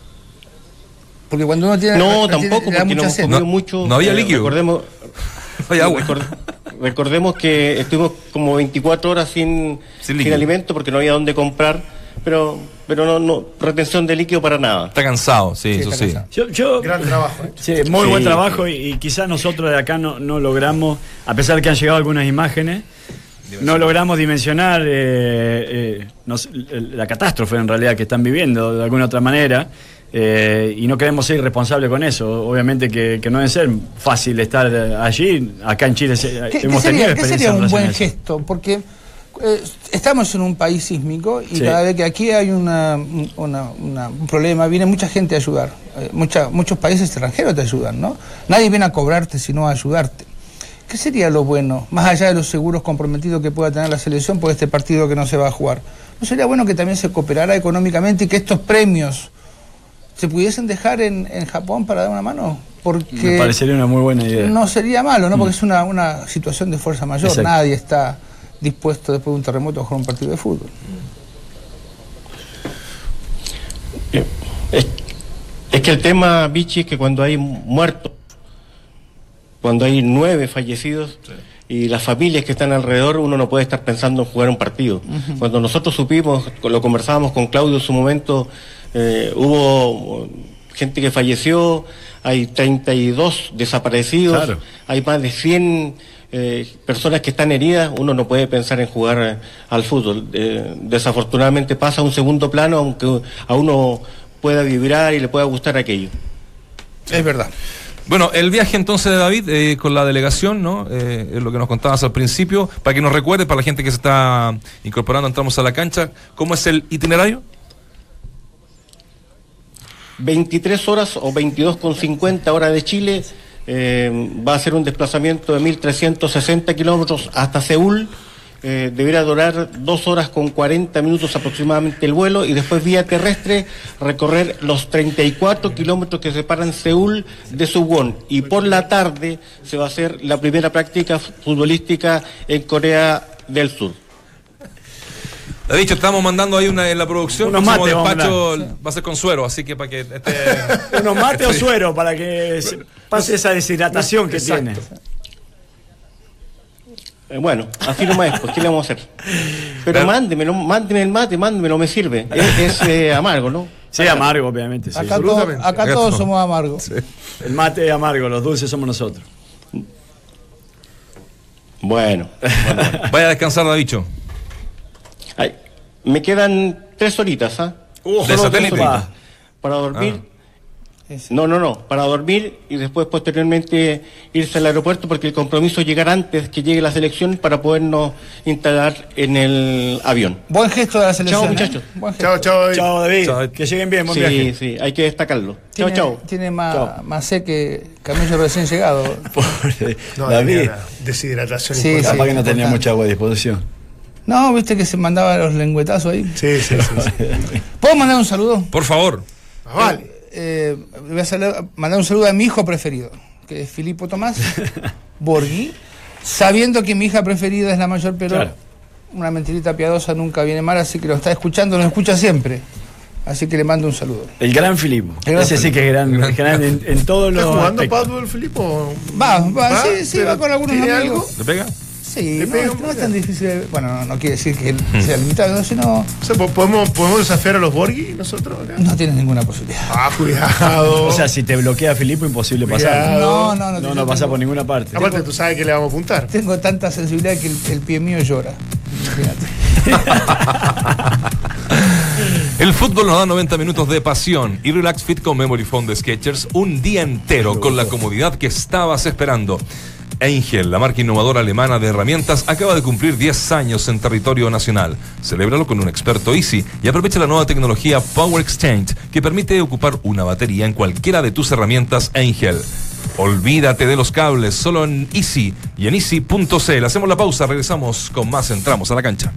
Porque cuando uno tiene... No, retiene- tampoco, le da porque no mucha hemos sed. comido No, mucho. no había eh, líquido. Recordemos, No hay agua. record- recordemos que estuvimos como veinticuatro horas sin, Sin sin, líquido. alimento porque no había dónde comprar, pero pero no, no retención de líquido para nada. Está cansado, sí, Sí, eso está sí. cansado. Yo, yo- Gran trabajo. ¿eh? Sí, muy Sí. buen trabajo y, y quizás nosotros de acá no, no logramos, a pesar de que han llegado algunas imágenes, no logramos dimensionar eh, eh, nos- la catástrofe en realidad que están viviendo de alguna otra manera. Eh, y no queremos ser irresponsables con eso. Obviamente que, que no debe ser fácil estar allí. Acá en Chile se- ¿Qué, qué hemos tenido sería, qué experiencia sería en un relación buen a eso. gesto? Porque eh, estamos en un país sísmico y Sí. cada vez que aquí hay una, una- una- un problema, viene mucha gente a ayudar. Eh, mucha- muchos países extranjeros te ayudan, ¿no? Nadie viene a cobrarte, sino a ayudarte. ¿Qué sería lo bueno, más allá de los seguros comprometidos que pueda tener la selección por este partido que no se va a jugar? ¿No sería bueno que también se cooperara económicamente y que estos premios se pudiesen dejar en, en Japón para dar una mano? Porque Me parecería una muy buena idea. no sería malo, ¿no? Porque es una, una situación de fuerza mayor. Exacto. Nadie está dispuesto después de un terremoto a jugar un partido de fútbol. Eh, Es, es que el tema, Vichy, es que cuando hay muertos, cuando hay nueve fallecidos y las familias que están alrededor, uno no puede estar pensando en jugar un partido. Cuando nosotros supimos, lo conversábamos con Claudio en su momento, eh, hubo gente que falleció, hay treinta y dos desaparecidos, Claro. hay más de cien eh, personas que están heridas, uno no puede pensar en jugar eh, al fútbol. Eh, desafortunadamente pasa a un segundo plano, aunque a uno pueda vibrar y le pueda gustar aquello. Es verdad. Bueno, el viaje entonces de David eh, con la delegación, ¿no? Eh, es lo que nos contabas al principio, para que nos recuerde, para la gente que se está incorporando, entramos a la cancha, ¿cómo es el itinerario? veintitrés horas o veintidós con cincuenta horas de Chile, eh, va a ser un desplazamiento de mil trescientos sesenta kilómetros hasta Seúl, eh, deberá durar dos horas con cuarenta minutos aproximadamente el vuelo y después vía terrestre recorrer los treinta y cuatro kilómetros que separan Seúl de Suwon, y por la tarde se va a hacer la primera práctica futbolística en Corea del Sur. Ha dicho, estamos mandando ahí una en la producción, Unos el próximo mates vamos a despacho mandar. va a ser con suero, así que para que esté... Unos mate o Sí. suero para que se pase esa deshidratación que Exacto. tiene. Eh, bueno, así nomás es, pues, ¿qué le vamos a hacer? Pero mándemelo, mándeme el mate, mándemelo, me sirve. Es, es eh, amargo, ¿no? Sí, amargo, obviamente. Sí. Acá, todo- absolutamente. acá Acá todos todo. somos amargos. El mate es amargo, los dulces somos nosotros. Bueno, Vaya a descansar, Davicho. ay, me quedan tres horitas, ¿ah? Uh, Solo ¿de tres satélite? horitas. Para dormir. Ese. No, no, no, para dormir y después posteriormente irse al aeropuerto, porque el compromiso es llegar antes que llegue la selección para podernos instalar en el avión. Buen gesto de la selección. Chao, ¿eh? muchachos. Buen gesto. Chao, chao. Chao, David. Chao. Que lleguen bien, buen Sí, viaje. sí, hay que destacarlo. Chao, Tiene, chao. tiene más, Chao. más sed que camello recién llegado. Pobre No, David. tenía una deshidratación Sí, importante. Capaz que no tenía importante. mucha agua a disposición. No, viste que se mandaba los lengüetazos ahí. Sí, sí, sí. sí. ¿Puedo mandar un saludo? Por favor. Ah, vale. Eh, voy a saludar- mandar un saludo a mi hijo preferido, que es Filippo Tomás Borghi, sabiendo que mi hija preferida es la mayor, pero Claro. una mentirita piadosa nunca viene mal, así que lo está escuchando, lo escucha siempre. Así que le mando un saludo. El gran Filipo. El gran Ese sí que es gran, es gran en, en todos ¿Estás los jugando aspectos. Padua, Filipo? Va, va, sí, sí, ¿Pero va con algunos ¿Tiene amigos. algo? ¿Le pega? Sí, Le no, pega es- un no es poco. tan difícil. de- Bueno, no, no quiere decir que él sea limitado, sino O sea, ¿po- ¿podemos, ¿podemos desafiar a los Borghi nosotros acá? no tienes ninguna posibilidad. Ah, cuidado. O sea, si te bloquea Filipo, imposible pasar. No, no, no. No, yo no pasa tengo- por ninguna parte. Aparte, tú sabes que le vamos a apuntar. Tengo tanta sensibilidad que el, el pie mío llora. El fútbol nos da noventa minutos de pasión y Relax Fit con Memory Foam de Skechers, un día entero con la comodidad que estabas esperando. Angel, la marca innovadora alemana de herramientas, acaba de cumplir diez años en territorio nacional. Celébralo con un experto Easy y aprovecha la nueva tecnología Power Exchange, que permite ocupar una batería en cualquiera de tus herramientas Angel. Olvídate de los cables, solo en Easy y en easy punto c l. Hacemos la pausa, regresamos con más Entramos a la Cancha.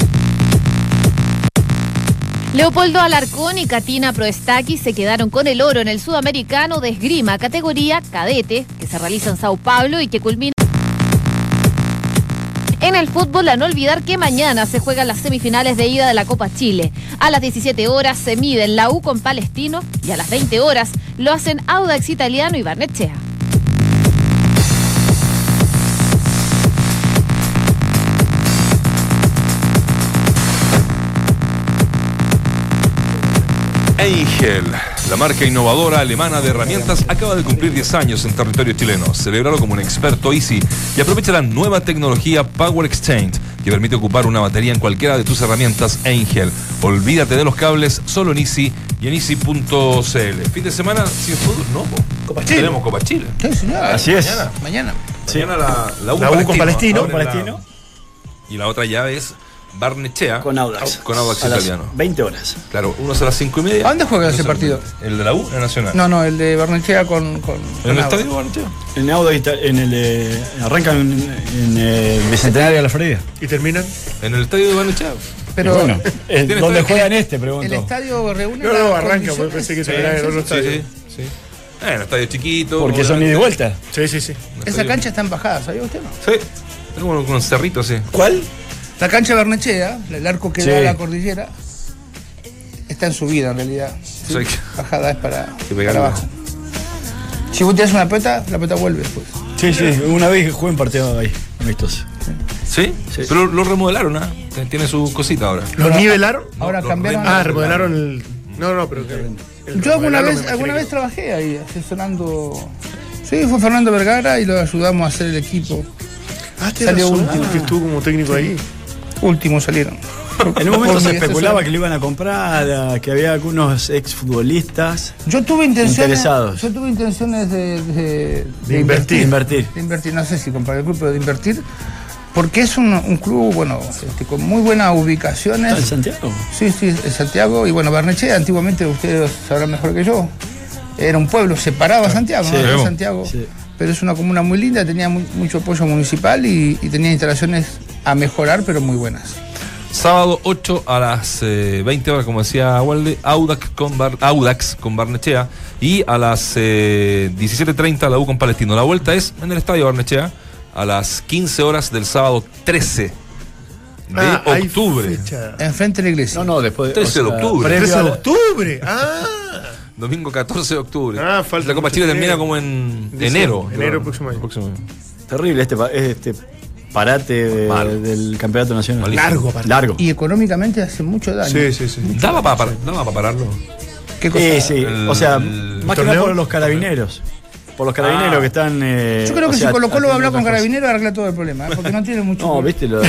Leopoldo Alarcón y Katina Proestaki se quedaron con el oro en el Sudamericano de Esgrima, categoría cadete, que se realiza en Sao Paulo y que culmina. En el fútbol, a no olvidar que mañana se juegan las semifinales de ida de la Copa Chile. A las diecisiete horas se miden la U con Palestino y a las veinte horas lo hacen Audax Italiano y Barnechea. Angel, la marca innovadora alemana de herramientas, acaba de cumplir diez años en territorio chileno. Celébralo como un experto Easy y aprovecha la nueva tecnología Power Exchange, que permite ocupar una batería en cualquiera de tus herramientas Angel. Olvídate de los cables, solo en Easy y en easy punto c l. Fin de semana, sin fútbol, no, po. Copa Chile. Tenemos Copa Chile. Sí, señor. Así es. Mañana. Mañana, sí. Mañana la, la U, la U con Palestino. Con Palestino. La, y la otra llave es Barnechea con Audax. Con Audax a Italiano. Las veinte horas. Claro, uno es a las cinco y media. ¿A dónde juega ese partido? ¿El de la U? ¿El Nacional? No, no, el de Barnechea con. con ¿En con el Audax. estadio Barnechea? En Audax, en el de. Arrancan en, en el Bicentenario de la Florida. ¿Y terminan? En el estadio de Barnechea. Pero. Bueno, es ¿Tiene donde estadio? juegan este, pregunto. El estadio reúne. No, no, las arranca, condiciones. porque pensé que se Sí, era en sí, otro sí, estadio. sí, sí. Eh, en estadio chiquito. Porque son ida y vuelta. Sí, sí, sí. Esa cancha está en bajada, ¿sabía usted no? Sí. Es como un cerrito así. ¿Cuál? La cancha de Barnechea, el arco que Sí. da a la cordillera, está en subida en realidad. ¿sí? Sí. Bajada es para, que pegarla. para abajo. Si vos tirás una pelota, la pelota vuelve después. Sí, sí. Una vez jugué un partido ahí, amistoso. ¿Sí? Sí. Pero lo remodelaron, ¿ah? Tiene su cosita ahora. ¿Lo Ahora- nivelaron? Ahora lo cambiaron. Ah, la- remodelaron el. No, no, pero. que- el Yo alguna remodelarlo me vez, imaginé alguna que- vez trabajé ahí, asesorando. Sí, fue Fernando Vergara y lo ayudamos a hacer el equipo. Ah, te Salió razón, último. que estuvo como técnico ahí. Últimos salieron. En un momento Por se mi especulaba asesor. que lo iban a comprar, a- que había algunos exfutbolistas Yo tuve intenciones. Interesados. Yo tuve intenciones de, de, De invertir. de invertir. de invertir, no sé si comprar el club, pero de invertir, porque es un, un club, bueno, este, con muy buenas ¿Está en ubicaciones. Santiago? Sí, sí, en Santiago. Y bueno, Barnechea, antiguamente ustedes sabrán mejor que yo, era un pueblo separado a Santiago, Sí, ¿no? De vemos. Santiago. Sí. Pero es una comuna muy linda, tenía muy- mucho apoyo municipal y, y tenía instalaciones a mejorar, pero muy buenas. Sábado ocho a las eh, veinte horas, como decía Walde, Audax con, Bar- Audax con Barnechea. Y a las eh, diecisiete treinta la U con Palestino. La vuelta es en el estadio Barnechea a las quince horas del sábado trece de Ah, hay octubre. fecha. Enfrente de la iglesia. No, no, después. trece de octubre. previo trece a de la- octubre. Ah. Domingo catorce de octubre. Ah, falta la Copa mucho Chile tiempo. termina como en Diciembre, enero. enero próximo año. Terrible este, pa- este parate de- Mal. del campeonato nacional. Malísimo. Largo, aparte. Largo. Y económicamente hace mucho daño. Sí, sí, sí. Daba para daba para pararlo. ¿Qué cosa? Sí, sí. El- o sea, el más que nada torneo. por los carabineros. Por los carabineros Ah. que están. eh, Yo creo o que sea, si Colo Colo va a hablar con haciendo otras Carabineros arregla todo el problema, ¿eh? Porque no tiene mucho. cosas. No, viste lo de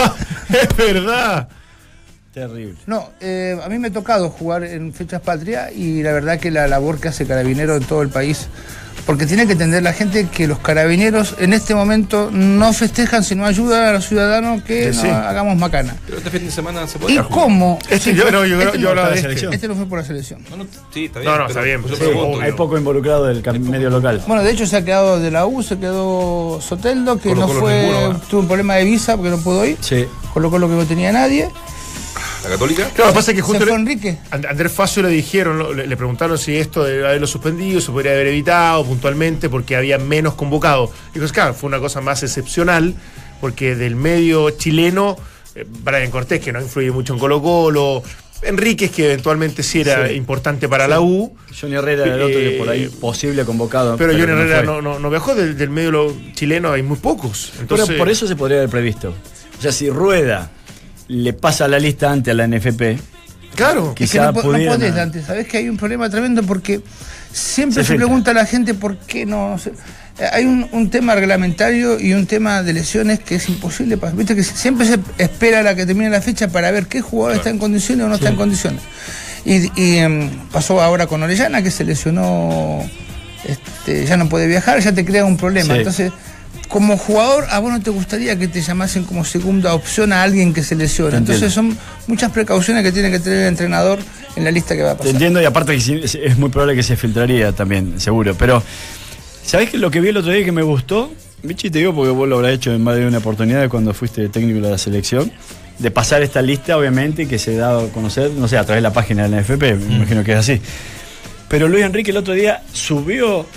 Es verdad. Terrible. No, eh, a mí me ha tocado jugar en fechas patria y la verdad que la labor que hace Carabinero en todo el país, porque tiene que entender la gente que los carabineros en este momento no festejan sino ayudan a los ciudadanos que Sí, no sí. hagamos macana. Pero este fin de semana se ¿Y podría jugar. cómo? Este, Sí, yo, fue- no, yo, este yo no, hablaba de la este. selección. este no fue por la selección. No, no, sí, está bien. No, no, pero- está bien, por eso pero- pregunto Hay yo. poco involucrado del cam- medio local. Bueno, de hecho se ha quedado de la U, se quedó Soteldo, que Colo no Colo fue, ninguno, ¿eh? tuvo un problema de visa porque no pudo ir, Sí. colocó lo que no tenía nadie. ¿La Católica? Claro, lo que pasa es que Se justo fue le- Enrique. And- Andrés Facio le dijeron, lo- le, le preguntaron si esto de haberlo suspendido se podría haber evitado puntualmente porque había menos convocados. Dijo, claro, fue una cosa más excepcional porque del medio chileno, eh, Brian Cortés, que no influye mucho en Colo Colo, Enríquez, que eventualmente sí era Sí. importante para la U, Johnny Herrera era el otro que por ahí Eh, posible convocado. pero Johnny no Herrera fue. no, no, no viajó, del, del medio lo- chileno hay muy pocos. Entonces, Pero por eso se podría haber previsto. O sea, si Rueda le pasa la lista antes a la N F P, claro, que- Es que Quizá no, po- no pudieran, podés, ¿no? Dante. Sabés que hay un problema tremendo porque siempre se, se pregunta a la gente por qué no, no sé. Hay un, un tema reglamentario y un tema de lesiones que es imposible pasar. Viste que siempre se espera a la que termine la fecha para ver qué jugador claro. está en condiciones o no sí. está en condiciones. Y, y um, pasó ahora con Orellana, que se lesionó, este, ya no puede viajar, ya te crea un problema. Sí. Entonces, como jugador, a vos no te gustaría que te llamasen como segunda opción a alguien que se lesiona. Entonces son muchas precauciones que tiene que tener el entrenador en la lista que va a pasar. Te entiendo, y aparte es muy probable que se filtraría también, seguro. Pero ¿sabés que lo que vi el otro día que me gustó? Michi, te digo porque vos lo habrás hecho en más de una oportunidad cuando fuiste técnico de la selección, de pasar esta lista, obviamente, y que se da a conocer, no sé, a través de la página de la N F P, me mm. imagino que es así. Pero Luis Enrique el otro día subió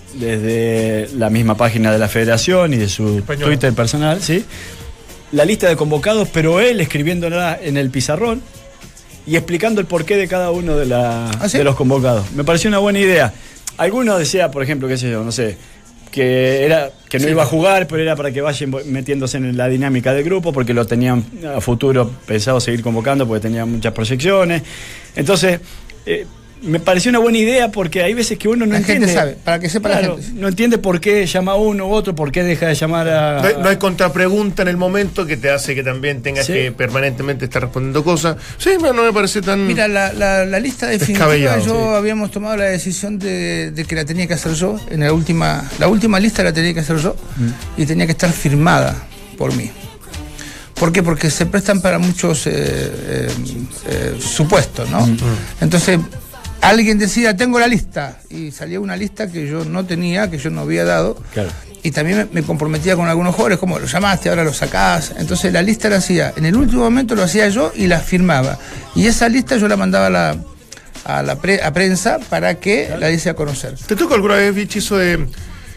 desde la misma página de la Federación y de su Español. Twitter personal, ¿sí?, la lista de convocados, pero él escribiéndola en el pizarrón y explicando el porqué de cada uno de, la, ¿Ah, sí? de los convocados. Me pareció una buena idea. Algunos decían, por ejemplo, qué sé yo, no sé, que era que no sí, iba a jugar, pero era para que vayan metiéndose en la dinámica del grupo, porque lo tenían a futuro pensado seguir convocando, porque tenían muchas proyecciones. Entonces, eh, me pareció una buena idea, porque hay veces que uno no la entiende. Gente sabe, para que sepa claro, la gente. No entiende por qué llama a uno u otro, por qué deja de llamar a... No hay, no hay contrapregunta en el momento que te hace que también tengas sí. que permanentemente estar respondiendo cosas. Sí, no, no me parece tan... Mira, la, la, la lista definitiva, yo sí. habíamos tomado la decisión de, de que la tenía que hacer yo. En la última, la última lista la tenía que hacer yo mm. y tenía que estar firmada por mí. ¿Por qué? Porque se prestan para muchos eh, eh, eh, supuestos, ¿no? Mm. Entonces... alguien decía, tengo la lista, y salía una lista que yo no tenía, que yo no había dado, claro. y también me, me comprometía con algunos jugadores, como lo llamaste, ahora lo sacás. Entonces la lista la hacía, en el último momento lo hacía yo y la firmaba. Y esa lista yo la mandaba a la, a la pre, a prensa para que claro. la diese a conocer. ¿Te tocó alguna vez, Vichy, eso de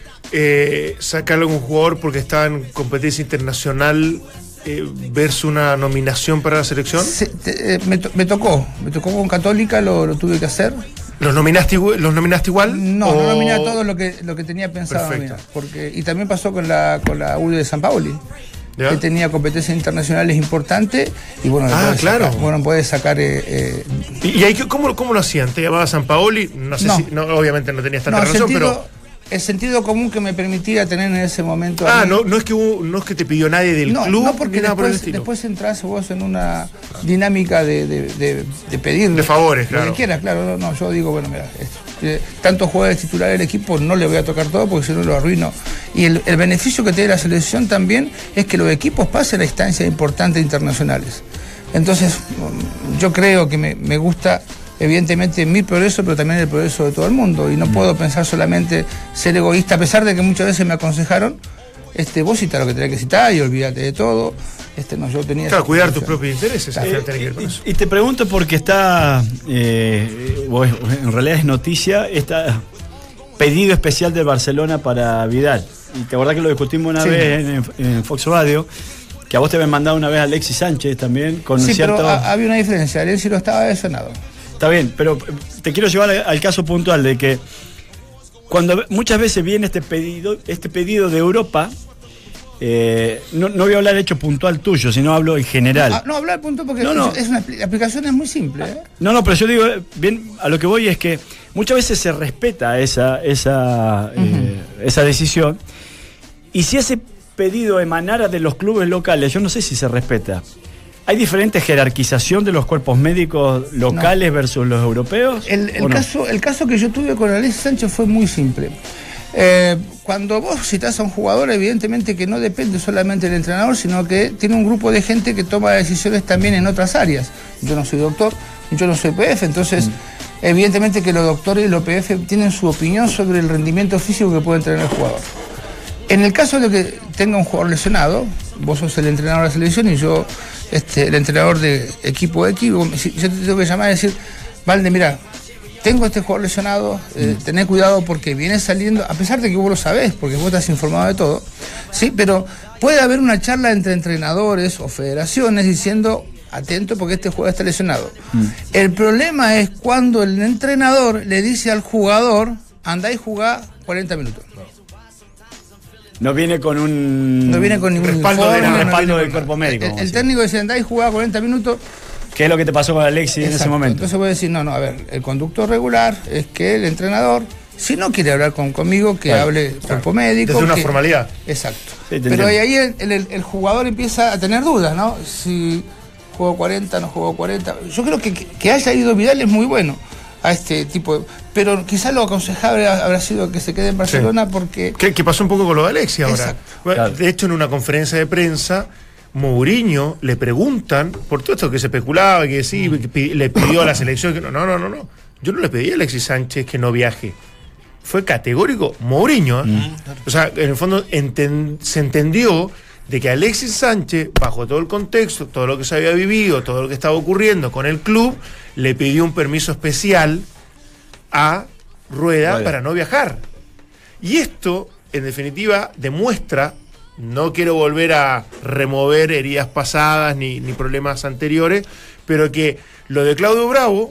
eh, sacarle a un jugador porque estaba en competencia internacional eh, versus una nominación para la selección? Se, te, eh, me, to, me tocó, me tocó con Católica, lo, lo tuve que hacer. ¿Los nominaste, ¿Los nominaste igual? No, o... no nominé a todo lo que, lo que tenía pensado nominar. Porque, y también pasó con la, con la U de San Paoli, ¿ya? Que tenía competencias internacionales importantes y bueno, ah, claro. sacar, bueno, puede sacar... Eh, eh... ¿Y, y ahí, cómo, cómo lo hacían? ¿Te llamaba San Paoli? No sé no. si, no, obviamente no tenías tanta no, relación, sentido, pero... el sentido común que me permitía tener en ese momento. Ah, no, no es que hubo, no es que te pidió nadie del no, club. No, porque nada después, por después entras vos en una dinámica de, de, de, de pedir. De favores, lo claro. Lo que quieras, claro. No, yo digo, bueno, mira, eh, tantos jugadores titulares del equipo no le voy a tocar todo porque si no lo arruino. Y el, el beneficio que tiene la selección también es que los equipos pasen a instancias importantes internacionales. Entonces, yo creo que me, me gusta... evidentemente mi progreso, pero también el progreso de todo el mundo. Y no mm. puedo pensar solamente ser egoísta, a pesar de que muchas veces me aconsejaron, este, vos cita lo que tenés que citar y olvídate de todo. Este, no, yo tenía claro, cuidar tus propios intereses. Claro. Eh, que ver con eso. Y, y te pregunto porque está, eh, en realidad es noticia, está pedido especial del Barcelona para Vidal. Y te acordás que lo discutimos una sí. vez en, en Fox Radio, que a vos te habían mandado una vez a Alexis Sánchez también, con sí, cierto... pero a, había una diferencia, Alexis lo estaba lesionado. Está bien, pero te quiero llevar al caso puntual de que cuando muchas veces viene este pedido, este pedido de Europa, eh, no, no voy a hablar de hecho puntual tuyo, sino hablo en general. No, no hablar puntual porque no, no. Es una, la aplicación es muy simple. ¿eh? No, no, pero yo digo, bien, a lo que voy es que muchas veces se respeta esa, esa, uh-huh. eh, esa decisión, y si ese pedido emanara de los clubes locales, yo no sé si se respeta. ¿Hay diferente jerarquización de los cuerpos médicos locales no. versus los europeos? El, el, no? caso, el caso que yo tuve con Alexis Sánchez fue muy simple. Eh, cuando vos citás a un jugador, evidentemente que no depende solamente del entrenador, sino que tiene un grupo de gente que toma decisiones también en otras áreas. Yo no soy doctor, yo no soy P F, entonces mm. evidentemente que los doctores y los P F tienen su opinión sobre el rendimiento físico que puede tener el jugador. En el caso de que tenga un jugador lesionado, vos sos el entrenador de la selección y yo este, el entrenador de equipo X, yo te tengo que llamar y decir, Valde, mira, tengo este jugador lesionado, eh, mm. tené cuidado porque viene saliendo, a pesar de que vos lo sabés, porque vos estás informado de todo, sí, pero puede haber una charla entre entrenadores o federaciones diciendo, atento porque este jugador está lesionado. Mm. El problema es cuando el entrenador le dice al jugador, andá y jugá cuarenta minutos. No viene con un no viene con ningún respaldo, informe, de, no respaldo no del cuerpo médico. El, el técnico dice, andá y jugá cuarenta minutos. ¿Qué es lo que te pasó con Alexis en ese momento? Entonces voy a decir, no, no, a ver, el conducto regular es que el entrenador, si no quiere hablar con, conmigo, que claro, hable claro. cuerpo médico. Desde una que, formalidad. Exacto. Sí, pero ahí, ahí el, el, el jugador empieza a tener dudas, ¿no? Si jugó cuarenta, no jugó cuarenta. Yo creo que que haya ido Vidal es muy bueno a este tipo de... Pero quizás lo aconsejable habrá sido que se quede en Barcelona sí. porque... ¿Qué, ¿Qué pasó un poco con lo de Alexis ahora? Exacto. Bueno, claro. De hecho, en una conferencia de prensa, Mourinho le preguntan, por todo esto que se especulaba, que sí, que le pidió a la selección... que no, no, no, no. Yo no le pedí a Alexis Sánchez que no viaje. Fue categórico Mourinho. ¿eh? Mm. O sea, en el fondo enten, se entendió de que Alexis Sánchez, bajo todo el contexto, todo lo que se había vivido, todo lo que estaba ocurriendo con el club, le pidió un permiso especial a Rueda vale. para no viajar. Y esto, en definitiva, demuestra, no quiero volver a remover heridas pasadas ni, ni problemas anteriores, pero que lo de Claudio Bravo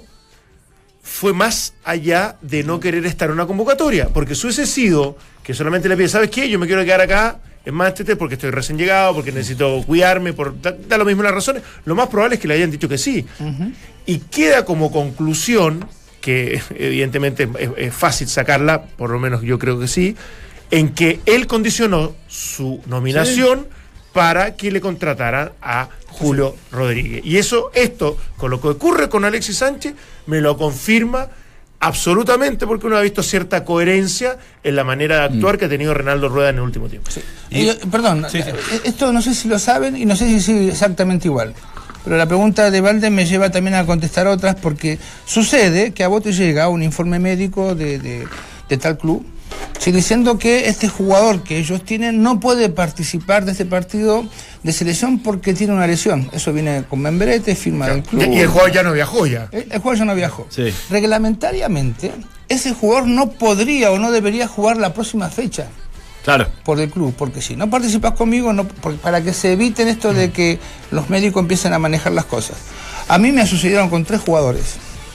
fue más allá de no querer estar en una convocatoria, porque si hubiese sido que solamente le pide, ¿sabes qué? Yo me quiero quedar acá en Manchester porque estoy recién llegado, porque necesito cuidarme, por da, da lo mismo las razones, lo más probable es que le hayan dicho que sí. Uh-huh. Y queda como conclusión, que evidentemente es, es fácil sacarla, por lo menos yo creo que sí, en que él condicionó su nominación sí. para que le contrataran a Julio sí. Rodríguez. Y eso, esto, con lo que ocurre con Alexis Sánchez, me lo confirma absolutamente, porque uno ha visto cierta coherencia en la manera de actuar mm. que ha tenido Reinaldo Rueda en el último tiempo. Sí. Y, eh, perdón, sí, sí. esto no sé si lo saben y no sé si es exactamente igual. Pero la pregunta de Valde me lleva también a contestar otras, porque sucede que a vos te llega un informe médico de, de, de tal club, sí, diciendo que este jugador que ellos tienen no puede participar de este partido de selección porque tiene una lesión. Eso viene con membrete, firma claro. del club. Y el jugador ya no viajó ya. El, el jugador ya no viajó. Sí. Reglamentariamente, ese jugador no podría o no debería jugar la próxima fecha. Claro. Por el club, porque si no participas conmigo, no, por, para que se eviten esto de que los médicos empiecen a manejar las cosas. A mí me sucedieron con tres jugadores.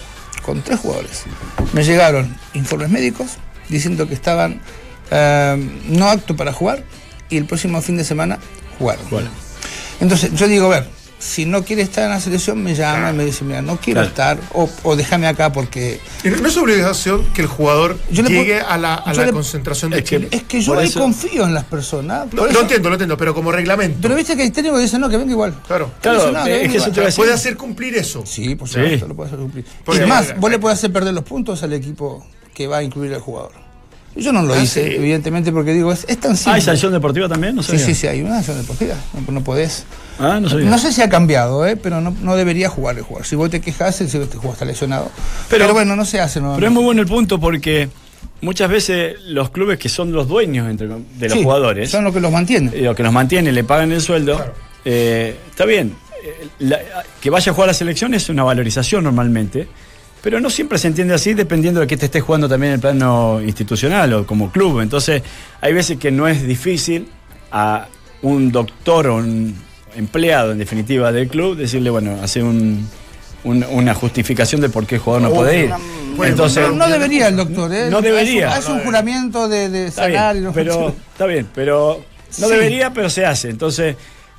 Con tres jugadores. Me llegaron informes médicos diciendo que estaban eh, no aptos para jugar y el próximo fin de semana jugaron. Bueno. Entonces yo digo, a ver, si no quiere estar en la selección me llama claro. y me dice, mira, no quiero claro. estar o, o déjame acá porque... ¿No es obligación que el jugador llegue puedo, a la, a la le, concentración de es Chile? Que, es que yo ahí confío en las personas. No, lo entiendo, lo entiendo, pero como reglamento. Pero viste que hay técnicos que dicen, no, que venga igual. Claro, claro, no, es que eso te va a decir. ¿Puede hacer cumplir eso? Sí, por supuesto, sí. lo puede hacer cumplir. Porque y más, vos le podés hacer perder los puntos al equipo que va a incluir al jugador. Yo no lo ah, hice, sí. evidentemente, porque digo, es, es tan simple. ¿Hay sanción deportiva también? No sí, sí, sí, hay una sanción deportiva. No, no podés. Ah, no sabía. No sé si ha cambiado, ¿eh? Pero no, no debería jugar el jugador. Si vos te quejas, si vos te jugador está lesionado. Pero, pero bueno, no se hace. No, pero es muy bueno el punto porque muchas veces los clubes que son los dueños entre, de los sí, jugadores. Son los que los mantienen. Los que los mantienen, le pagan el sueldo. Claro. Eh, está bien. La, que vaya a jugar a la selección es una valorización normalmente. Pero no siempre se entiende así, dependiendo de que te estés jugando también en el plano institucional o como club. Entonces, hay veces que no es difícil a un doctor o un empleado, en definitiva, del club, decirle, bueno, hace un, un, una justificación de por qué el jugador no oh, puede ir. Una, Entonces, no, no debería el doctor, ¿eh? No debería. Es un, es un juramento de, de sanar y no pero Está bien, pero no sí. debería, pero se hace. Entonces,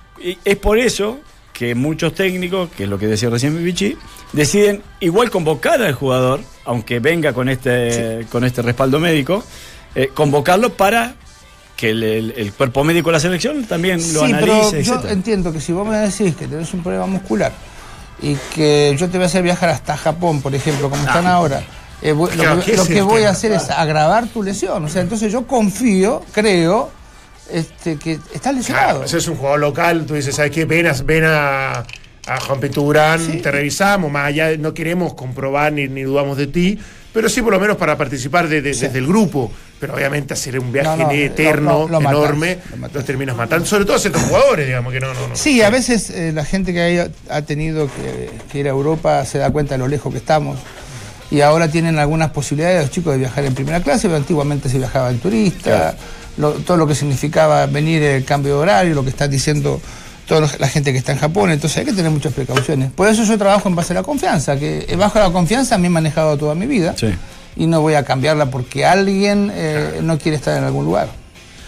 es por eso que muchos técnicos, que es lo que decía recién Vichy, deciden igual convocar al jugador, aunque venga con este, sí. con este respaldo médico, eh, convocarlo para que el, el, el cuerpo médico de la selección también lo sí, analice, pero etcétera. Yo entiendo que si vos me decís que tenés un problema muscular y que yo te voy a hacer viajar hasta Japón, por ejemplo, como ah. están ahora, eh, lo, claro, que, lo que voy a hacer es agravar tu lesión. O sea, entonces yo confío, creo... Este, que está lesionado. Claro, ese es un jugador local, tú dices, ¿sabes qué? Ven a, ven a, a Juan Peturán, sí. te revisamos, más allá no queremos comprobar ni, ni dudamos de ti, pero sí por lo menos para participar de, de, sí. desde el grupo, pero obviamente hacer un viaje no, no, eterno, lo, lo, lo enorme, matas, lo los terminas matando, sobre todo a ciertos jugadores, digamos que no, no, no. Sí, a veces eh, la gente que haya, ha tenido que, que ir a Europa se da cuenta de lo lejos que estamos. Y ahora tienen algunas posibilidades los chicos de viajar en primera clase, pero antiguamente se viajaba en turista. Claro. Lo, todo lo que significaba venir el cambio de horario, lo que están diciendo toda la gente que está en Japón, entonces hay que tener muchas precauciones. Por eso yo trabajo en base a la confianza, que bajo la confianza me he manejado toda mi vida sí. y no voy a cambiarla porque alguien eh, no quiere estar en algún lugar.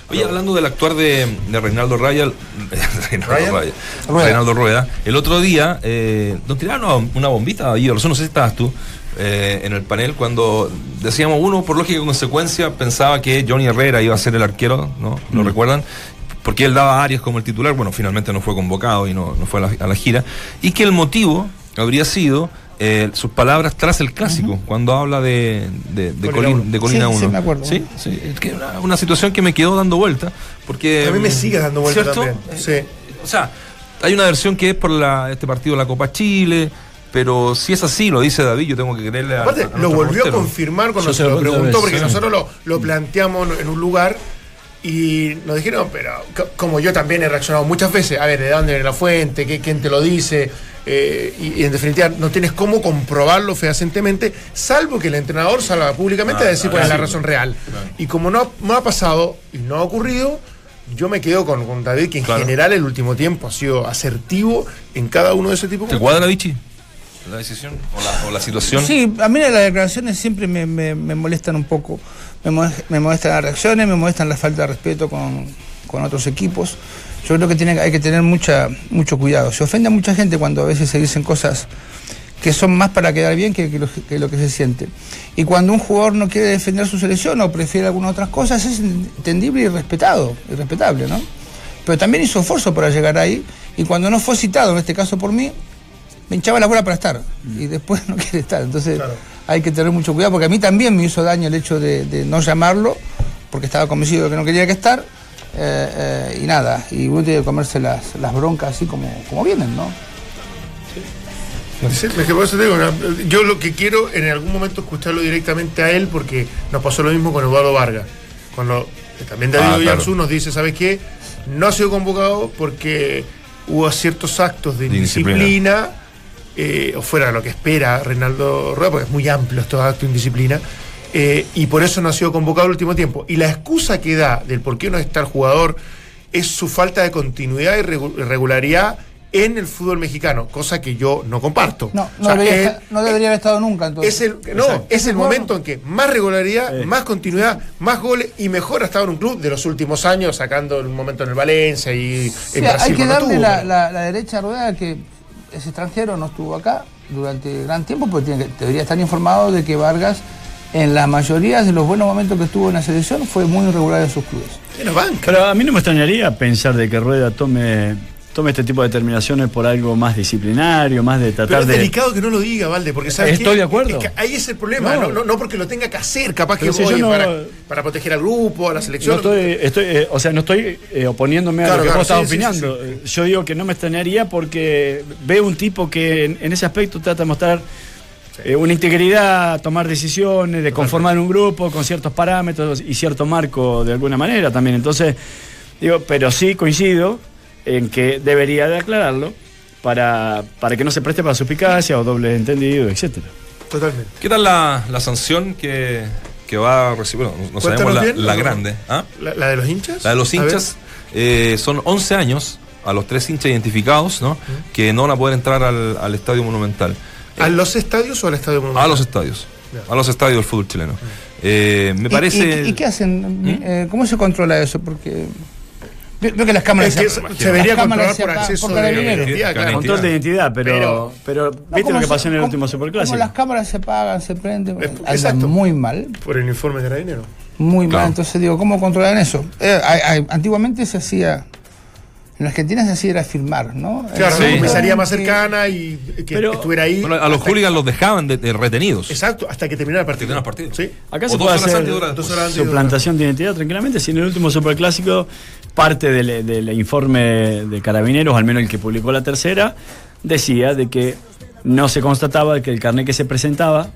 Oye, hablando del actuar de, de Reinaldo Raya, Reinaldo, ¿Ryan? Raya, Rueda. Reinaldo Rueda, el otro día eh, nos tiraron una bombita, David, no sé si estabas tú eh, en el panel, cuando decíamos, uno por lógica y consecuencia pensaba que Johnny Herrera iba a ser el arquero, ¿no? ¿Lo mm. recuerdan? Porque él daba a Arias como el titular, bueno, finalmente no fue convocado y no, no fue a la, a la gira, y que el motivo habría sido Eh, sus palabras tras el clásico, uh-huh. cuando habla de, de, de, Colin, de Colina uno. Sí, sí, me acuerdo. Sí, sí, es que una, una situación que me quedó dando vuelta, porque... A mí me sigue dando vuelta, ¿cierto? También. Sí. O sea, hay una versión que es por la, este partido de la Copa Chile, pero si es así, lo dice David, yo tengo que creerle a... Aparte, a lo volvió portero. a confirmar cuando yo se lo preguntó, porque sí. nosotros lo, lo planteamos en un lugar y nos dijeron, pero como yo también he reaccionado muchas veces, a ver, ¿de dónde viene la fuente? ¿Qué, ¿Quién te lo dice? Eh, y, y en definitiva no tienes cómo comprobarlo fehacientemente, salvo que el entrenador salga públicamente ah, a decir cuál es la razón real. Claro. Y como no, no ha pasado y no ha ocurrido, yo me quedo con, con David, que en claro. general el último tiempo ha sido asertivo en cada uno de ese tipo. ¿Te cuadra, Vichy? ¿La decisión o la, o la situación? Sí, a mí las declaraciones siempre me, me, me molestan un poco. Me, me molestan las reacciones, me molestan la falta de respeto con, con otros equipos. Yo creo que tiene, hay que tener mucha, mucho cuidado. Se ofende a mucha gente cuando a veces se dicen cosas que son más para quedar bien que, que, lo, que lo que se siente. Y cuando un jugador no quiere defender su selección o prefiere algunas otras cosas, es entendible y respetado, y respetable, ¿no? Pero también hizo esfuerzo para llegar ahí, y cuando no fue citado, en este caso por mí, me hinchaba la bola para estar, y después no quiere estar. Entonces claro. hay que tener mucho cuidado, porque a mí también me hizo daño el hecho de, de no llamarlo, porque estaba convencido de que no quería que estar. Eh, eh, y nada, y uno tiene que comerse las, las broncas así como, como vienen, ¿no? Sí. Es que por eso te digo, yo lo que quiero en algún momento escucharlo directamente a él, porque nos pasó lo mismo con Eduardo Vargas, cuando también David ah, Oyarzún claro. nos dice, ¿sabes qué? No ha sido convocado porque hubo ciertos actos de, de indisciplina, indisciplina eh, o fuera de lo que espera Reinaldo Rueda, porque es muy amplio estos actos de indisciplina. Eh, y por eso no ha sido convocado el último tiempo. Y la excusa que da del por qué no está el jugador es su falta de continuidad y regularidad en el fútbol mexicano, cosa que yo no comparto. No, no, o sea, debería, es, estar, no debería haber estado nunca. Entonces. Es el, no, Exacto. es el momento en que más regularidad, eh. más continuidad, más goles y mejor ha estado en un club de los últimos años, sacando un momento en el Valencia y sí, en Brasil. Hay que darle tuvo, la, la, la derecha a Rueda, que es extranjero, no estuvo acá durante gran tiempo, porque tiene que, debería estar informado de que Vargas, en la mayoría de los buenos momentos que estuvo en la selección, fue muy irregular en sus clubes. Pero a mí no me extrañaría pensar de que Rueda tome, tome este tipo de determinaciones por algo más disciplinario, más de tratar Pero es de... es delicado que no lo diga, Valde, porque ¿sabes Estoy qué? de acuerdo. Es que ahí es el problema, no, no, no, no porque lo tenga que hacer, capaz que si voy no, para, para proteger al grupo, a la selección. No estoy, estoy, eh, o sea, no estoy eh, oponiéndome claro, a lo que claro, vos estás sí, opinando. Sí, sí, sí. Yo digo que no me extrañaría porque veo un tipo que en, en ese aspecto trata de mostrar Eh, una integridad, tomar decisiones, de conformar un grupo con ciertos parámetros y cierto marco de alguna manera también. Entonces, digo, pero sí coincido en que debería de aclararlo para, para que no se preste para suspicacia o doble entendido, etcétera. Totalmente. ¿Qué tal la, la sanción que, que va a recibir? Bueno, no sabemos la, bien, la grande. ¿Ah? ¿La, ¿La de los hinchas? La de los hinchas eh, son once años a los tres hinchas identificados, ¿no? Uh-huh. Que no van a poder entrar al, al Estadio Monumental. ¿A los estadios o al estadio monumental? A los estadios. Yeah. A los estadios del fútbol chileno. Eh, me ¿Y, parece. ¿Y, y qué hacen? ¿Mm? Eh, ¿Cómo se controla eso? Porque veo que las cámaras es que se, se debería controlar por acceso por de, de identidad, claro. Control de identidad, pero, pero, pero no, ¿viste lo que pasó se, en el como, último Superclásico? Como las cámaras se apagan, se prenden, exacto, muy mal. Por el informe de Carabinero. Muy claro. mal. Entonces digo, ¿cómo controlan eso? Eh, hay, hay, antiguamente se hacía. En Argentina se hacía era filmar, ¿no? Claro, sí. una comisaría más cercana y que pero, estuviera ahí. Bueno, a los hooligans los dejaban de, de retenidos. Exacto, hasta que terminara el partido. Terminara el partido. Sí. Acá o se puede hacer suplantación de identidad tranquilamente. Si en el último Superclásico, parte del, del informe de Carabineros, al menos el que publicó La Tercera, decía de que no se constataba que el carnet que se presentaba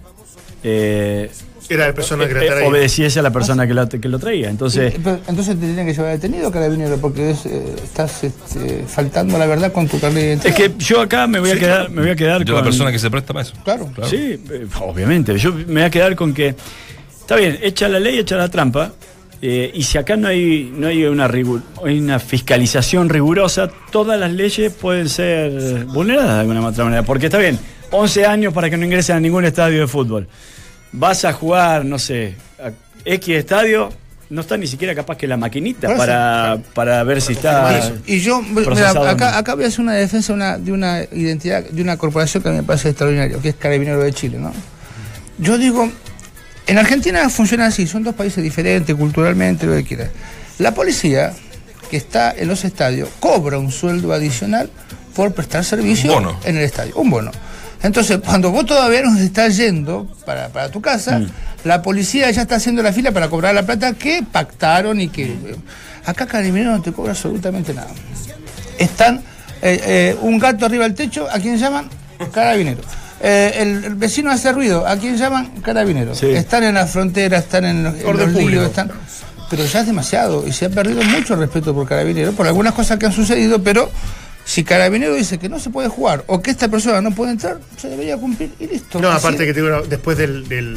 eh, era la persona que eh, obedeciese a la persona que lo, que lo traía. Entonces, pero, entonces te tienen que llevar detenido, Carabinero, porque es, eh, estás este, faltando a la verdad con tu carnet de identidad. Es que yo acá me voy a sí, quedar, claro. me voy a quedar yo con la persona que se presta para eso. Claro, claro. Sí, eh, obviamente. Yo me voy a quedar con que está bien, echa la ley, echa la trampa. Eh, y si acá no hay no hay una, rigu- hay una fiscalización rigurosa, todas las leyes pueden ser vulneradas de alguna otra manera. Porque está bien, once años para que no ingresen a ningún estadio de fútbol. Vas a jugar, no sé, a X estadio, no está ni siquiera capaz que la maquinita para, para ver si está. Y yo, mira, acá, acá voy a hacer una defensa una, de una identidad, de una corporación que a mí me parece extraordinario, que es Carabineros de Chile, ¿no? Yo digo, en Argentina funciona así, son dos países diferentes, culturalmente, lo que quieras. La policía, que está en los estadios, cobra un sueldo adicional por prestar servicio en el estadio, un bono. Entonces, cuando vos todavía no estás yendo para, para tu casa, mm. la policía ya está haciendo la fila para cobrar la plata que pactaron y que... Mm. Acá Carabineros no te cobra absolutamente nada. Están eh, eh, un gato arriba del techo, ¿a quién llaman? Carabineros. Eh, el, el vecino hace ruido, ¿a quién llaman? Carabineros. Sí. Están en la frontera, están en, en los líos, están... Pero ya es demasiado y se ha perdido mucho el respeto por Carabineros, por algunas cosas que han sucedido, pero... Si Carabineros dice que no se puede jugar o que esta persona no puede entrar, se debería cumplir y listo. No, aparte que te digo, después del, del,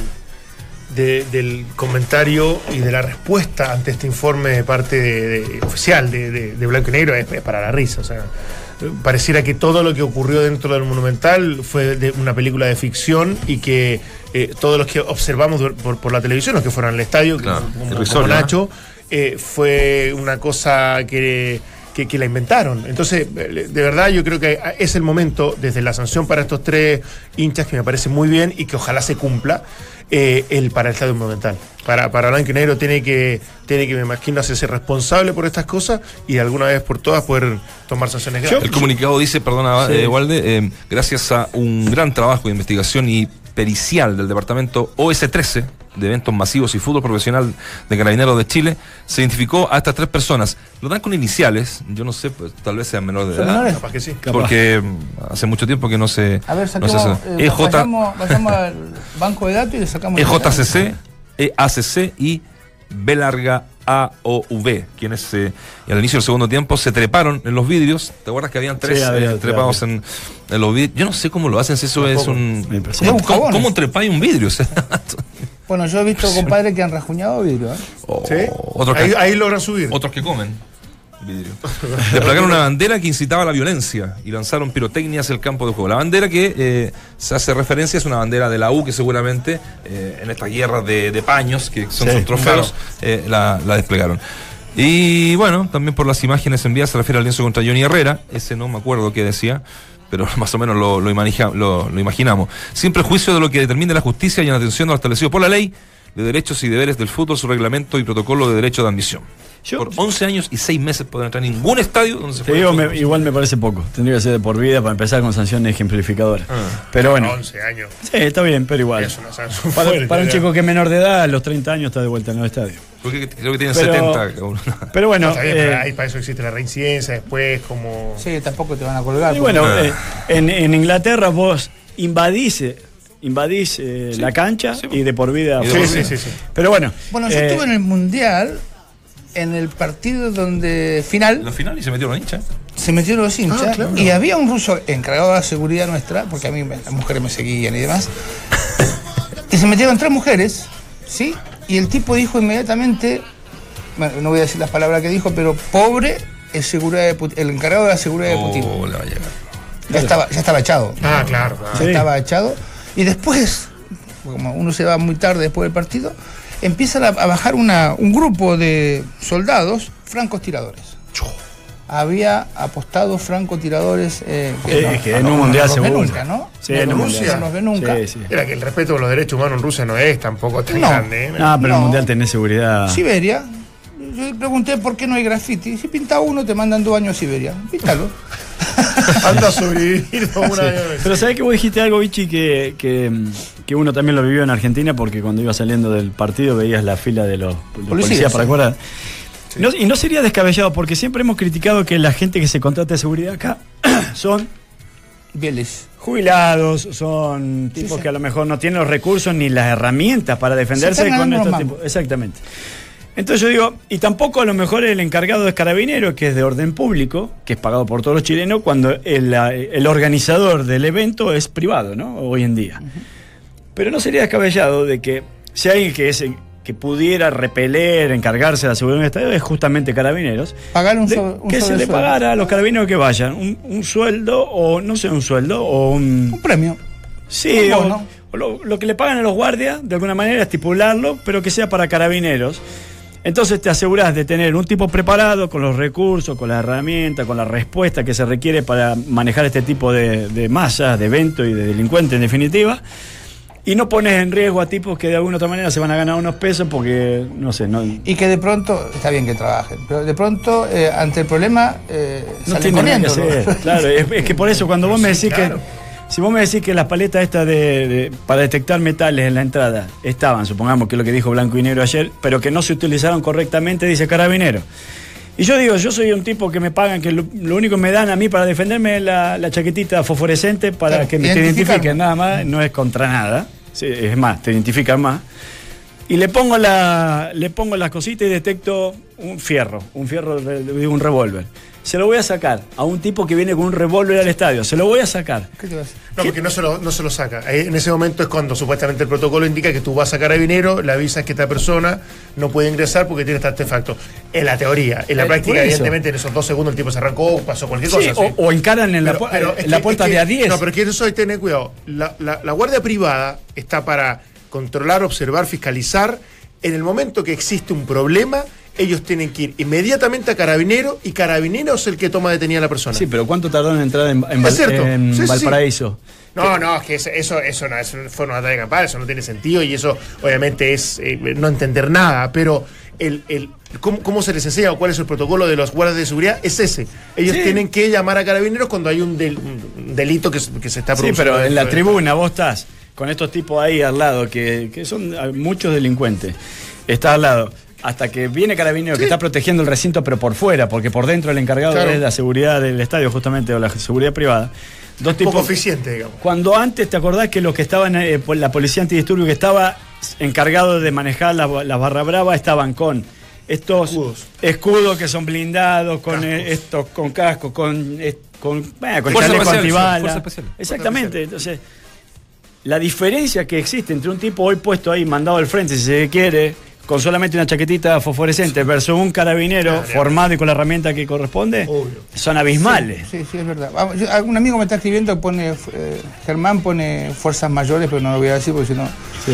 de, del comentario y de la respuesta ante este informe de parte de, de, oficial de, de, de Blanco y Negro es, es para la risa. O sea, pareciera que todo lo que ocurrió dentro del Monumental fue de una película de ficción y que eh, todos los que observamos por, por la televisión, los que fueron al estadio, claro, como, como, como Nacho, eh, fue una cosa que... Que, que la inventaron. Entonces, de verdad, yo creo que es el momento, desde la sanción para estos tres hinchas, que me parece muy bien y que ojalá se cumpla, eh, el para el Estadio Monumental. Para, para Blanco y Negro tiene que, tiene que, me imagino, hacerse responsable por estas cosas y de alguna vez por todas poder tomar sanciones graves. El comunicado dice, perdona, sí. eh, Walde, eh, gracias a un gran trabajo de investigación y pericial del departamento O S trece de eventos masivos y fútbol profesional de Carabineros de Chile, se identificó a estas tres personas. Lo dan con iniciales, yo no sé, pues tal vez sean menores de edad. Capaz que sí. Porque capaz. Hace mucho tiempo que no se... A ver, saquemos, no se, eh, E J, vayamos, vayamos al banco de datos y le sacamos... E J C C, E A C C y B larga A O V, quienes eh, al inicio del segundo tiempo se treparon en los vidrios. ¿Te acuerdas que habían tres sí, había, eh, trepados en, en los vidrios? Yo no sé cómo lo hacen, si eso Tampoco. es un... ¿Cómo, ¿Cómo, ¿Cómo trepáis un vidrio? Bueno, yo he visto compadres que han rajuñado vidrio, ¿eh? Oh, ¿sí? Otros que, ahí, ahí logran subir. Otros que comen vidrio. Desplegaron una bandera que incitaba a la violencia y lanzaron pirotecnia hacia el campo de juego. La bandera que eh, se hace referencia es una bandera de la U que seguramente eh, en estas guerras de, de paños, que son sí, sus trofeos, claro. eh, la, la desplegaron. Y bueno, también por las imágenes enviadas se refiere al lienzo contra Johnny Herrera. Ese no me acuerdo qué decía, pero más o menos lo, lo, imagina, lo, lo imaginamos. Sin prejuicio de lo que determine la justicia y en atención a lo establecido por la ley de derechos y deberes del fútbol, su reglamento y protocolo de derecho de admisión. Yo, por once años y seis meses pueden entrar en ningún estadio donde se juegue. Te digo, me, igual me parece poco. Tendría que ser de por vida para empezar con sanciones ejemplificadoras. Ah, pero bueno. once años. Sí, está bien, pero igual. Es una sanción para, fuerte, para un chico que es menor de edad, a los treinta años está de vuelta en el estadio. Porque creo que tienen pero, setenta. Pero bueno. No, está bien, eh, pero ahí para eso existe la reincidencia después, como. Sí, tampoco te van a colgar. Y bueno, ah. eh, en, en Inglaterra vos invadís. Invadís eh, sí, la cancha sí, y de por vida. Sí, por sí, vida. sí, sí. Pero bueno. Bueno, yo eh, estuve en el Mundial, en el partido donde final. La final y se metieron los hinchas. Se metieron los hinchas. Ah, claro. Y había un ruso encargado de la seguridad nuestra, porque a mí las mujeres me seguían y demás. Y se metieron tres mujeres, ¿sí? Y el tipo dijo inmediatamente, bueno, no voy a decir las palabras que dijo, pero pobre el, seguridad de, el encargado de la seguridad oh, de Putin. Le va a llegar. Ya estaba, ya estaba echado. Ah, claro. claro. Ya sí. estaba echado. Y después, como uno se va muy tarde después del partido, empieza a, a bajar una, un grupo de soldados francotiradores. Había apostado francotiradores eh, que, eh, no, que en un mundial seguro. Nunca, ¿no? Sí, en un Rusia no ve nunca. Sí, sí. Era que el respeto por los derechos humanos en Rusia no es tampoco tan no. grande. ¿eh? No, pero no. el mundial tenés seguridad. Siberia. Yo pregunté por qué no hay graffiti. Si pinta uno, te mandan dos años a Siberia. Píntalo. Anda a sobrevivir como una sí. Pero sabés que vos dijiste algo, Vichy, que, que, que uno también lo vivió en Argentina, porque cuando iba saliendo del partido veías la fila de los, los policías, ¿para acuerdas? Sí. No, y no sería descabellado, porque siempre hemos criticado que la gente que se contrata de seguridad acá son Vélez. Jubilados, son tipos sí, sí. que a lo mejor no tienen los recursos ni las herramientas para defenderse con estos tipos. Exactamente. Entonces yo digo, y tampoco a lo mejor el encargado de Carabineros, que es de orden público, que es pagado por todos los chilenos, cuando el, el organizador del evento es privado, ¿no? Hoy en día. Uh-huh. Pero no sería descabellado de que si alguien que es que pudiera repeler, encargarse de la seguridad del estadio, es justamente Carabineros. Pagar un, de, so, un que se le pagara a los carabineros que vayan un, un sueldo, o no sé, un sueldo, o un... Un premio. Sí, un o, o lo, lo que le pagan a los guardias, de alguna manera estipularlo, pero que sea para Carabineros. Entonces te asegurás de tener un tipo preparado con los recursos, con las herramientas, con la respuesta que se requiere para manejar este tipo de, de masas, de eventos y de delincuentes en definitiva. Y no pones en riesgo a tipos que de alguna otra manera se van a ganar unos pesos porque, no sé, no... Y que de pronto, está bien que trabajen, pero de pronto, eh, ante el problema, eh, no salen tiene nada que corriendo, hacer. ¿no? Claro, es, es que por eso cuando vos me decís claro. que... Si vos me decís que las paletas estas de, de, para detectar metales en la entrada estaban, supongamos que es lo que dijo Blanco y Negro ayer, pero que no se utilizaron correctamente, dice Carabinero. Y yo digo, yo soy un tipo que me pagan, que lo, lo único que me dan a mí para defenderme es la, la chaquetita fosforescente para Claro, que me te identifiquen, nada más, no es contra nada, sí, es más, te identifican más. Y le pongo la le pongo las cositas y detecto un fierro, un fierro de, de un revólver. Se lo voy a sacar a un tipo que viene con un revólver al estadio. Se lo voy a sacar. ¿Qué te va a hacer? No, porque no se, lo, no se lo saca. Ahí, en ese momento es cuando supuestamente el protocolo indica que tú vas a Carabinero, le avisas que esta persona no puede ingresar porque tiene este artefacto. En la teoría, en la Eh, práctica, por eso. evidentemente, en esos dos segundos el tipo se arrancó, pasó cualquier Sí, cosa. o, sí. o encaran en la, Pero- pu- pero en es la que- puerta es que- de A diez. No, pero que eso hay que tener cuidado. La, la, la guardia privada está para controlar, observar, fiscalizar. En el momento que existe un problema, ellos tienen que ir inmediatamente a Carabinero y Carabinero es el que toma detenida a la persona. Sí, pero ¿cuánto tardaron en entrar en, en, Es cierto. en Sí, sí, sí. Valparaíso? No, no, es que eso, eso, eso no, eso fue una batalla campal, eso no tiene sentido y eso obviamente es eh, no entender nada, pero el, el cómo, cómo se les enseña o cuál es el protocolo de los guardias de seguridad es ese. Ellos Sí. tienen que llamar a Carabineros cuando hay un, del- un delito que, se- que se está Sí, produciendo. pero en la dentro de- tribuna vos estás con estos tipos ahí al lado, que, que son ah, muchos delincuentes. Estás al lado. Hasta que viene Carabinero, que está protegiendo el recinto, pero por fuera, porque por dentro el encargado Claro. es la seguridad del estadio, justamente, o la seguridad privada. Dos Poco tipos. eficiente, digamos. Cuando antes, ¿te acordás que los que estaban, eh, por la policía antidisturbios que estaba encargado de manejar las la barra brava estaban con estos Escudos. escudos que son blindados, con eh, estos, con cascos, con, eh, con, bueno, con Fuerza chaleco especial, antibala. fuerza especial. Exactamente. Entonces, la diferencia que existe entre un tipo hoy puesto ahí, mandado al frente, si se quiere, con solamente una chaquetita fosforescente, versus un carabinero Claro. formado y con la herramienta que corresponde, Obvio. son abismales. Sí, sí, es verdad. Vamos, yo- algún amigo me está escribiendo, pone eh, Germán pone fuerzas mayores, pero no lo voy a decir porque si no...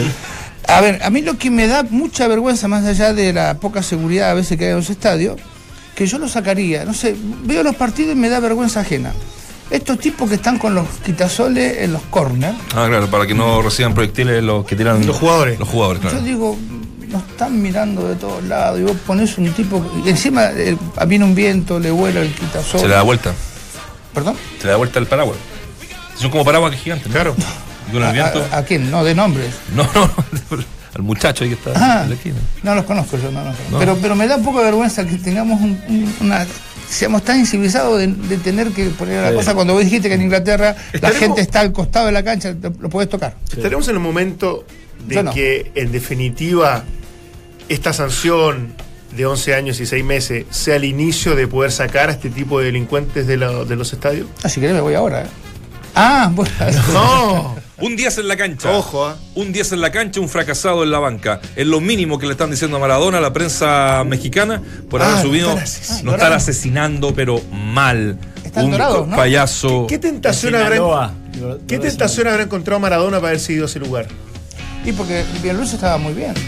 A ver, a mí lo que me da mucha vergüenza, más allá de la poca seguridad a veces que hay en los estadios, que yo lo sacaría, no sé, veo los partidos y me da vergüenza ajena. Estos tipos que están con los quitasoles en los corners, Ah, claro, para que no reciban proyectiles los que tiran Los jugadores. Los jugadores, claro. yo digo, nos están mirando de todos lados y vos pones un tipo, y encima eh, viene un viento, le vuela el quitasol. Se le da vuelta. ¿Perdón? Se le da vuelta el paraguas. Son como paraguas que gigantes, ¿no? Claro. Y con el ¿A, viento. a- a quién? No, de nombres. No, no, no. Al muchacho ahí que está Ah, en la esquina. no los conozco yo, no, no, No. Pero, pero me da un poco de vergüenza que tengamos un- un- una... Seamos tan incivilizados de, de tener que poner la Sí. cosa cuando vos dijiste que en Inglaterra la Estaremos- gente está al costado de la cancha, lo, lo podés tocar. Estaremos en el momento de Yo no. que, en definitiva, esta sanción de once años y seis meses sea el inicio de poder sacar a este tipo de delincuentes de, la- de los estadios. Ah, si querés me voy ahora. ¿eh? Ah, bueno. ¡No! Un diez en la cancha. Ojo, ¿ah? Un diez en la cancha, un fracasado en la banca. Es lo mínimo que le están diciendo a Maradona a la prensa mexicana por Ah, haber lo subido. están asesinando. No estar asesinando, pero mal. Están un dorados, ¿no? payaso. ¿Qué tentación Sinaloa. habrá, Lo- ¿qué lo tentación habrá encontrado Maradona para haber seguido ese lugar? Y porque Bielorrusia estaba muy bien.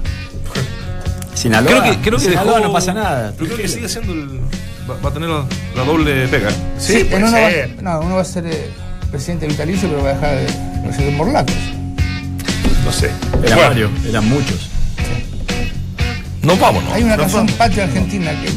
Sinaloa. Creo que, creo que Sinaloa dejó- no pasa nada. Pero creo que sigue siendo el. Va, va a tener la, la doble pega. Sí, puede en uno ser. Va, no, uno va a ser eh, presidente vitalicio, pero va a dejar de, va a ser de morlacos. No sé. Eran Bueno. varios, eran muchos. Nos vamos, ¿no? Hay una No canción vamos. patria argentina que